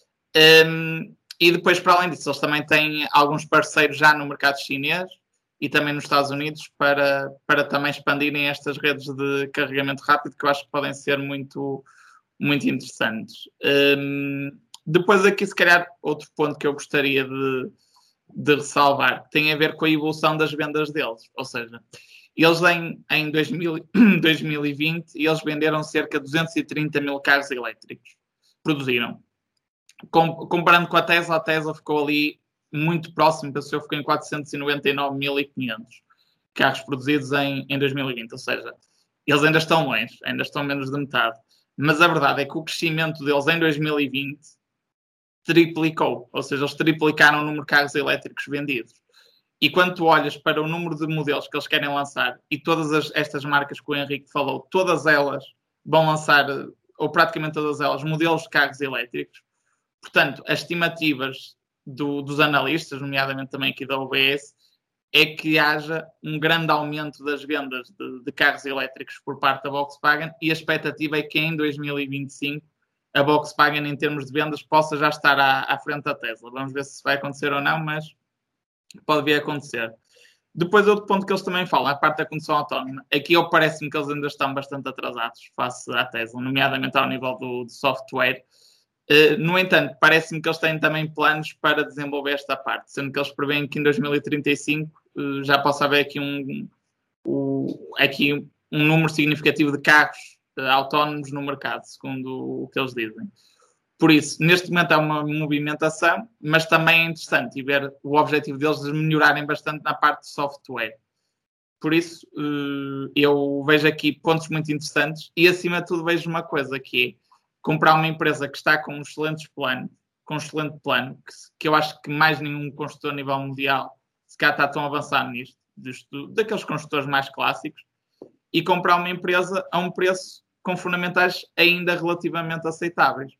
Um, e depois, para além disso, eles também têm alguns parceiros já no mercado chinês e também nos Estados Unidos para, para também expandirem estas redes de carregamento rápido, que eu acho que podem ser muito, muito interessantes. Um, depois aqui, se calhar, outro ponto que eu gostaria de, de ressalvar tem a ver com a evolução das vendas deles. Ou seja, eles em, em dois mil, dois mil e vinte eles venderam cerca de duzentos e trinta mil carros elétricos. Produziram. Com, comparando com a Tesla, a Tesla ficou ali muito próximo, pensou, ficou em quatrocentos e noventa e nove mil e quinhentos carros produzidos em, em dois mil e vinte. Ou seja, Eles ainda estão longe, ainda estão menos de metade. Mas a verdade é que o crescimento deles em dois mil e vinte triplicou. Ou seja, eles triplicaram o número de carros elétricos vendidos. E quando tu olhas para o número de modelos que eles querem lançar, e todas as, estas marcas que o Henrique falou, todas elas vão lançar, ou praticamente todas elas, modelos de carros elétricos. Portanto, as estimativas do, dos analistas, nomeadamente também aqui da U B S, é que haja um grande aumento das vendas de, de carros elétricos por parte da Volkswagen, e a expectativa é que em dois mil e vinte e cinco a Volkswagen, em termos de vendas, possa já estar à, à frente da Tesla. Vamos ver se isso vai acontecer ou não, mas pode vir a acontecer. Depois, outro ponto que eles também falam, a parte da condução autónoma. Aqui eu parece-me que eles ainda estão bastante atrasados face à Tesla, nomeadamente ao nível do, do software. Uh, no entanto, parece-me que eles têm também planos para desenvolver esta parte, sendo que eles preveem que em dois mil e trinta e cinco uh, já possa haver aqui um, um, aqui um número significativo de carros uh, autónomos no mercado, segundo o que eles dizem. Por isso, neste momento há uma movimentação, mas também é interessante e ver o objetivo deles de melhorarem bastante na parte de software. Por isso, uh, eu vejo aqui pontos muito interessantes e, acima de tudo, vejo uma coisa que é comprar uma empresa que está com um excelente plano, com um excelente plano, que, que eu acho que mais nenhum construtor a nível mundial se calhar está tão avançado nisto, disto, daqueles construtores mais clássicos, e comprar uma empresa a um preço com fundamentais ainda relativamente aceitáveis.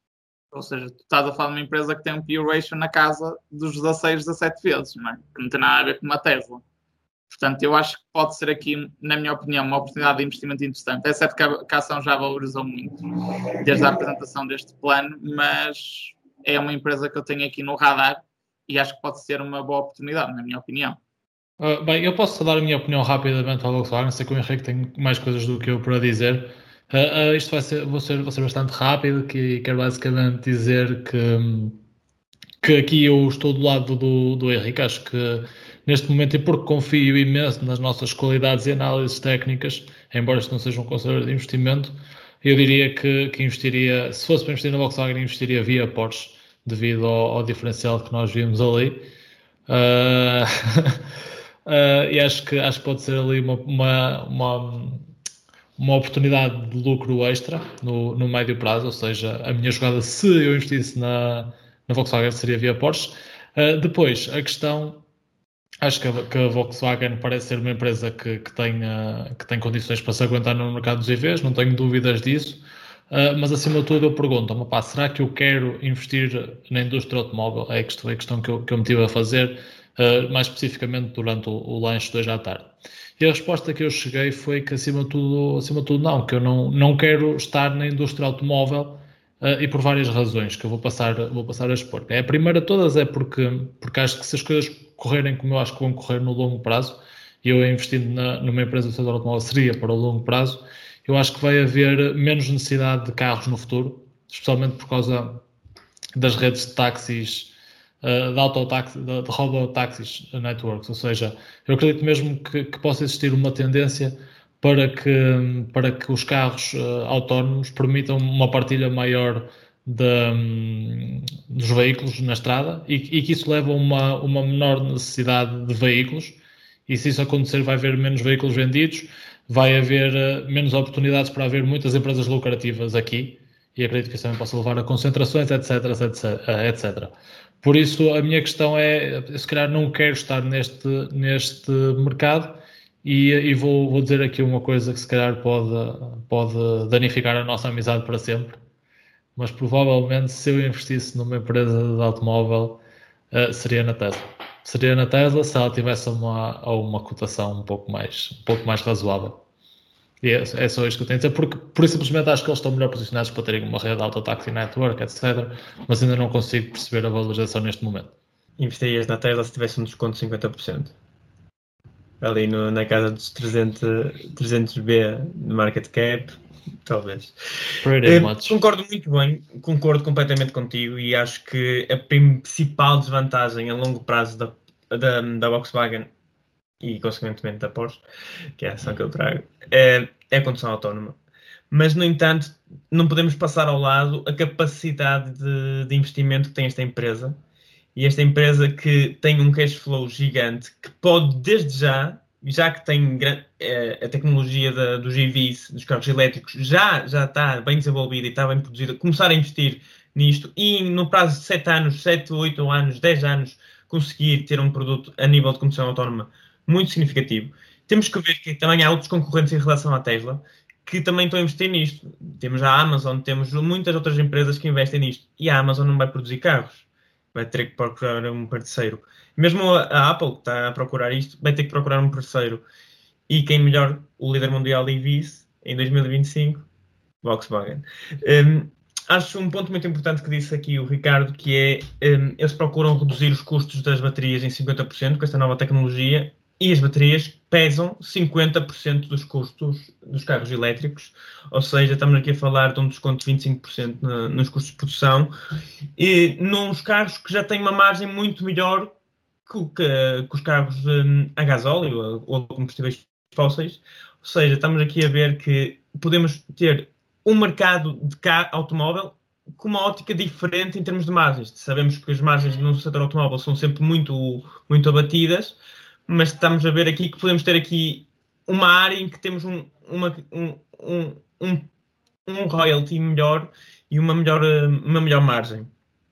Ou seja, tu estás a falar de uma empresa que tem um P E ratio na casa dos dezasseis, dezassete vezes, não é? Que não tem nada a ver com uma Tesla. Portanto, eu acho que pode ser aqui, na minha opinião, uma oportunidade de investimento interessante. É certo que a, que a ação já valorizou muito desde a apresentação deste plano, mas é uma empresa que eu tenho aqui no radar e acho que pode ser uma boa oportunidade, na minha opinião. Uh, bem, eu posso dar a minha opinião rapidamente ao Volkswagen, sei que o Henrique tem mais coisas do que eu para dizer. Uh, uh, isto vai ser, vou ser, vou ser bastante rápido, que quero basicamente dizer que, que aqui eu estou do lado do, do Henrique. Acho que neste momento, e porque confio imenso nas nossas qualidades e análises técnicas, embora isto não seja um conselho de investimento, eu diria que, que investiria, se fosse para investir na Volkswagen, investiria via Porsche, devido ao, ao diferencial que nós vimos ali. Uh, uh, e acho que, acho que pode ser ali uma, uma, uma, uma oportunidade de lucro extra no, no médio prazo, ou seja, a minha jogada, se eu investisse na, na Volkswagen, seria via Porsche. Uh, depois, a questão... Acho que a, que a Volkswagen parece ser uma empresa que, que, tem, uh, que tem condições para se aguentar no mercado dos E Vs, não tenho dúvidas disso, uh, mas acima de tudo eu pergunto-me, pá, será que eu quero investir na indústria automóvel? É a questão, é a questão que, eu, que eu me tive a fazer, uh, mais especificamente durante o, o lanche de hoje à tarde. E a resposta que eu cheguei foi que acima de tudo, acima de tudo não, que eu não, não quero estar na indústria automóvel, uh, e por várias razões que eu vou passar, vou passar a expor. A primeira de todas é porque, porque acho que se as coisas correrem como eu acho que vão correr no longo prazo, e eu investindo na, numa empresa do setor automóvel seria para o longo prazo, eu acho que vai haver menos necessidade de carros no futuro, especialmente por causa das redes de táxis, uh, de autotáxi, de, de robotáxis networks, ou seja, eu acredito mesmo que, que possa existir uma tendência para que, para que os carros uh, autónomos permitam uma partilha maior De, um, dos veículos na estrada e, e que isso leva a uma, uma menor necessidade de veículos, e se isso acontecer vai haver menos veículos vendidos, vai haver uh, menos oportunidades para haver muitas empresas lucrativas aqui, e acredito que isso também possa levar a concentrações, etc, etc, etcétera. Por isso a minha questão é, se calhar não quero estar neste, neste mercado, e, e vou, vou dizer aqui uma coisa que se calhar pode, pode danificar a nossa amizade para sempre. Mas provavelmente se eu investisse numa empresa de automóvel, uh, seria na Tesla. Seria na Tesla se ela tivesse uma, uma cotação um pouco mais, um pouco mais razoável. E é, é só isto que eu tenho a dizer, porque por isso simplesmente acho que eles estão melhor posicionados para terem uma rede de autotaxi network, etcétera. Mas ainda não consigo perceber a valorização neste momento. Investirias na Tesla se tivesse um desconto de cinquenta por cento. Ali no, na casa dos trezentos B de market cap. Talvez. Uh, concordo muito bem, concordo completamente contigo, e acho que a principal desvantagem a longo prazo da, da, da Volkswagen e consequentemente da Porsche, que é a ação que eu trago, é, é a condução autónoma. Mas, no entanto, não podemos passar ao lado a capacidade de, de investimento que tem esta empresa, e esta empresa que tem um cash flow gigante, que pode desde já já que tem a tecnologia da, dos E Vs, dos carros elétricos, já, já está bem desenvolvida e está bem produzida, começar a investir nisto e no prazo de sete anos, sete, oito anos, dez anos, conseguir ter um produto a nível de condução autónoma muito significativo. Temos que ver que também há outros concorrentes em relação à Tesla que também estão a investir nisto. Temos a Amazon, temos muitas outras empresas que investem nisto e a Amazon não vai produzir carros. Vai ter que procurar um parceiro. Mesmo a Apple, que está a procurar isto, vai ter que procurar um parceiro. E quem melhor? O líder mundial de E Vs, em dois mil e vinte e cinco, Volkswagen. Um, acho um ponto muito importante que disse aqui o Ricardo, que é, um, eles procuram reduzir os custos das baterias em cinquenta por cento com esta nova tecnologia, e as baterias pesam cinquenta por cento dos custos dos carros elétricos, ou seja, estamos aqui a falar de um desconto de vinte e cinco por cento na, nos custos de produção, e nos carros que já têm uma margem muito melhor que, que, que os carros um, a gasóleo ou a combustíveis fósseis. Ou seja, estamos aqui a ver que podemos ter um mercado de carro automóvel com uma ótica diferente em termos de margens. Sabemos que as margens no setor automóvel são sempre muito, muito abatidas, mas estamos a ver aqui que podemos ter aqui uma área em que temos um, uma, um, um, um, um royalty melhor e uma melhor, uma melhor margem.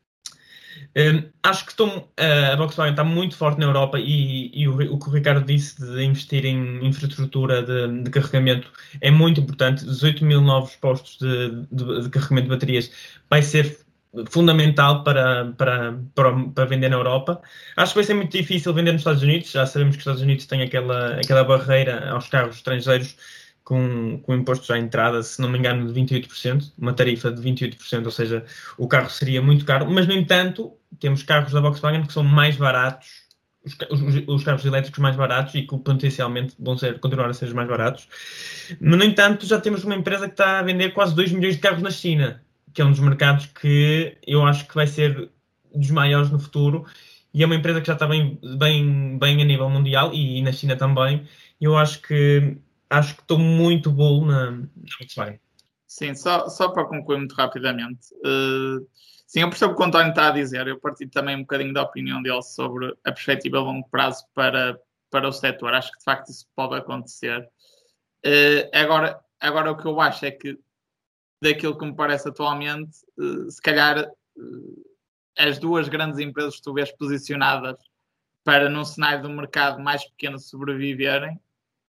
Um, acho que estão, uh, a Volkswagen está muito forte na Europa e, e o, o que o Ricardo disse de investir em infraestrutura de, de carregamento é muito importante. dezoito mil novos postos de, de, de carregamento de baterias vai ser fundamental para, para, para, para vender na Europa. Acho que vai ser muito difícil vender nos Estados Unidos. Já sabemos que os Estados Unidos têm aquela, aquela barreira aos carros estrangeiros com, com impostos à entrada, se não me engano, de vinte e oito por cento, uma tarifa de vinte e oito por cento, ou seja, o carro seria muito caro. Mas, no entanto, temos carros da Volkswagen que são mais baratos, os, os, os carros elétricos mais baratos e que potencialmente vão ser, continuar a ser os mais baratos. Mas, no entanto, já temos uma empresa que está a vender quase dois milhões de carros na China, que é um dos mercados que eu acho que vai ser dos maiores no futuro, e é uma empresa que já está bem, bem, bem a nível mundial e na China também. Eu acho que acho que estou muito bom na, na Volkswagen. Sim, só, só para concluir muito rapidamente. Uh, sim, eu percebo o que o António está a dizer. Eu partilho também um bocadinho da opinião dele sobre a perspectiva a longo prazo para, para o setor. Acho que de facto isso pode acontecer. Uh, agora, agora o que eu acho é que daquilo que me parece atualmente, uh, se calhar uh, as duas grandes empresas que tu vês posicionadas para num cenário do mercado mais pequeno sobreviverem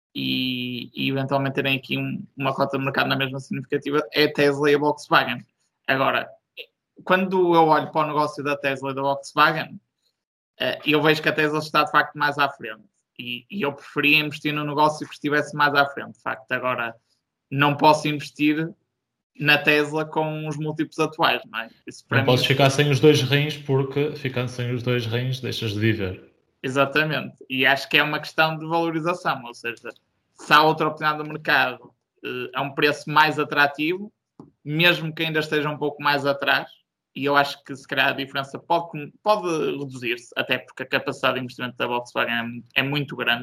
e, e eventualmente terem aqui um, uma cota de mercado na mesma significativa é a Tesla e a Volkswagen. Agora, quando eu olho para o negócio da Tesla e da Volkswagen, uh, eu vejo que a Tesla está de facto mais à frente e, e eu preferia investir no negócio que estivesse mais à frente. De facto, agora não posso investir na Tesla com os múltiplos atuais, não é? Isso para não mim... podes ficar sem os dois rins, porque ficando sem os dois rins deixas de viver. Exatamente. E acho que é uma questão de valorização, ou seja, se há outra oportunidade no mercado uh, a um preço mais atrativo, mesmo que ainda esteja um pouco mais atrás, e eu acho que se calhar a diferença pode, pode reduzir-se, até porque a capacidade de investimento da Volkswagen é, é muito grande.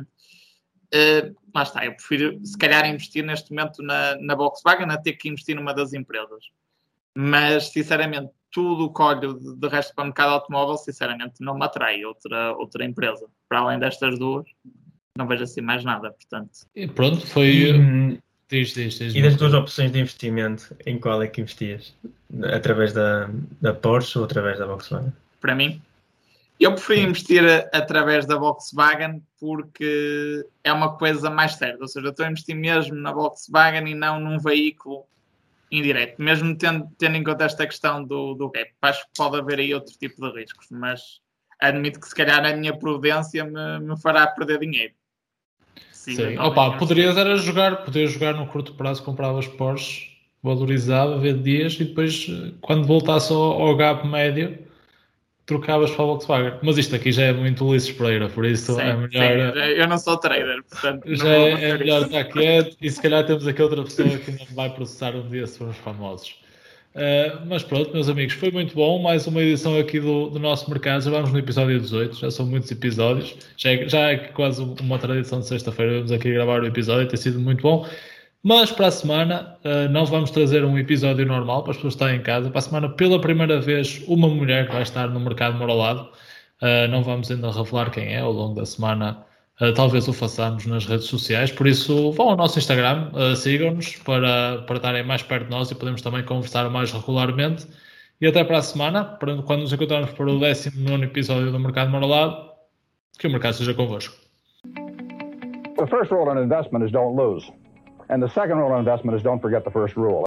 Uh, lá está, eu prefiro se calhar investir neste momento na, na Volkswagen a ter que investir numa das empresas, mas sinceramente tudo o que olho de, de resto para o mercado automóvel sinceramente não me atrai outra, outra empresa, para além destas duas não vejo assim mais nada, portanto. E pronto, foi e, diz, diz, diz, e das duas opções de investimento, em qual é que investias? Através da, da Porsche ou através da Volkswagen? Para mim eu prefiro investir a, através da Volkswagen porque é uma coisa mais certa. Ou seja, eu estou a investir mesmo na Volkswagen e não num veículo indireto. Mesmo tendo, tendo em conta esta questão do, do gap. Acho que pode haver aí outro tipo de riscos. Mas admito que se calhar a minha prudência me, me fará perder dinheiro. Sim, Sim. Opa, poderias era jogar, poderias jogar no curto prazo, compravas Porsche, valorizava, vendias e depois quando voltasse ao, ao gap médio trocavas para a Volkswagen. Mas isto aqui já é muito Ulisses Pereira, por isso sim, é melhor... Sim, eu não sou trader, portanto... Já é, é melhor estar quieto e se calhar temos aqui outra pessoa que não vai processar um dia se formos famosos. Uh, mas pronto, meus amigos, foi muito bom. Mais uma edição aqui do, do nosso mercado. Já vamos no episódio dezoito, já são muitos episódios. Já é, já é quase uma tradição de sexta-feira. Vamos aqui gravar o episódio, tem sido muito bom. Mas para a semana uh, não vamos trazer um episódio normal para as pessoas estarem em casa. Para a semana, pela primeira vez, uma mulher que vai estar no mercado moralado. Uh, não vamos ainda revelar quem é. Ao longo da semana uh, talvez o façamos nas redes sociais. Por isso, vão ao nosso Instagram, uh, sigam-nos para, para estarem mais perto de nós e podemos também conversar mais regularmente. E até para a semana, para, quando nos encontrarmos para o décimo nono episódio do Mercado Marolado, que o mercado seja convosco. The first rule in investment is don't lose. And the second rule in investment is don't forget the first rule.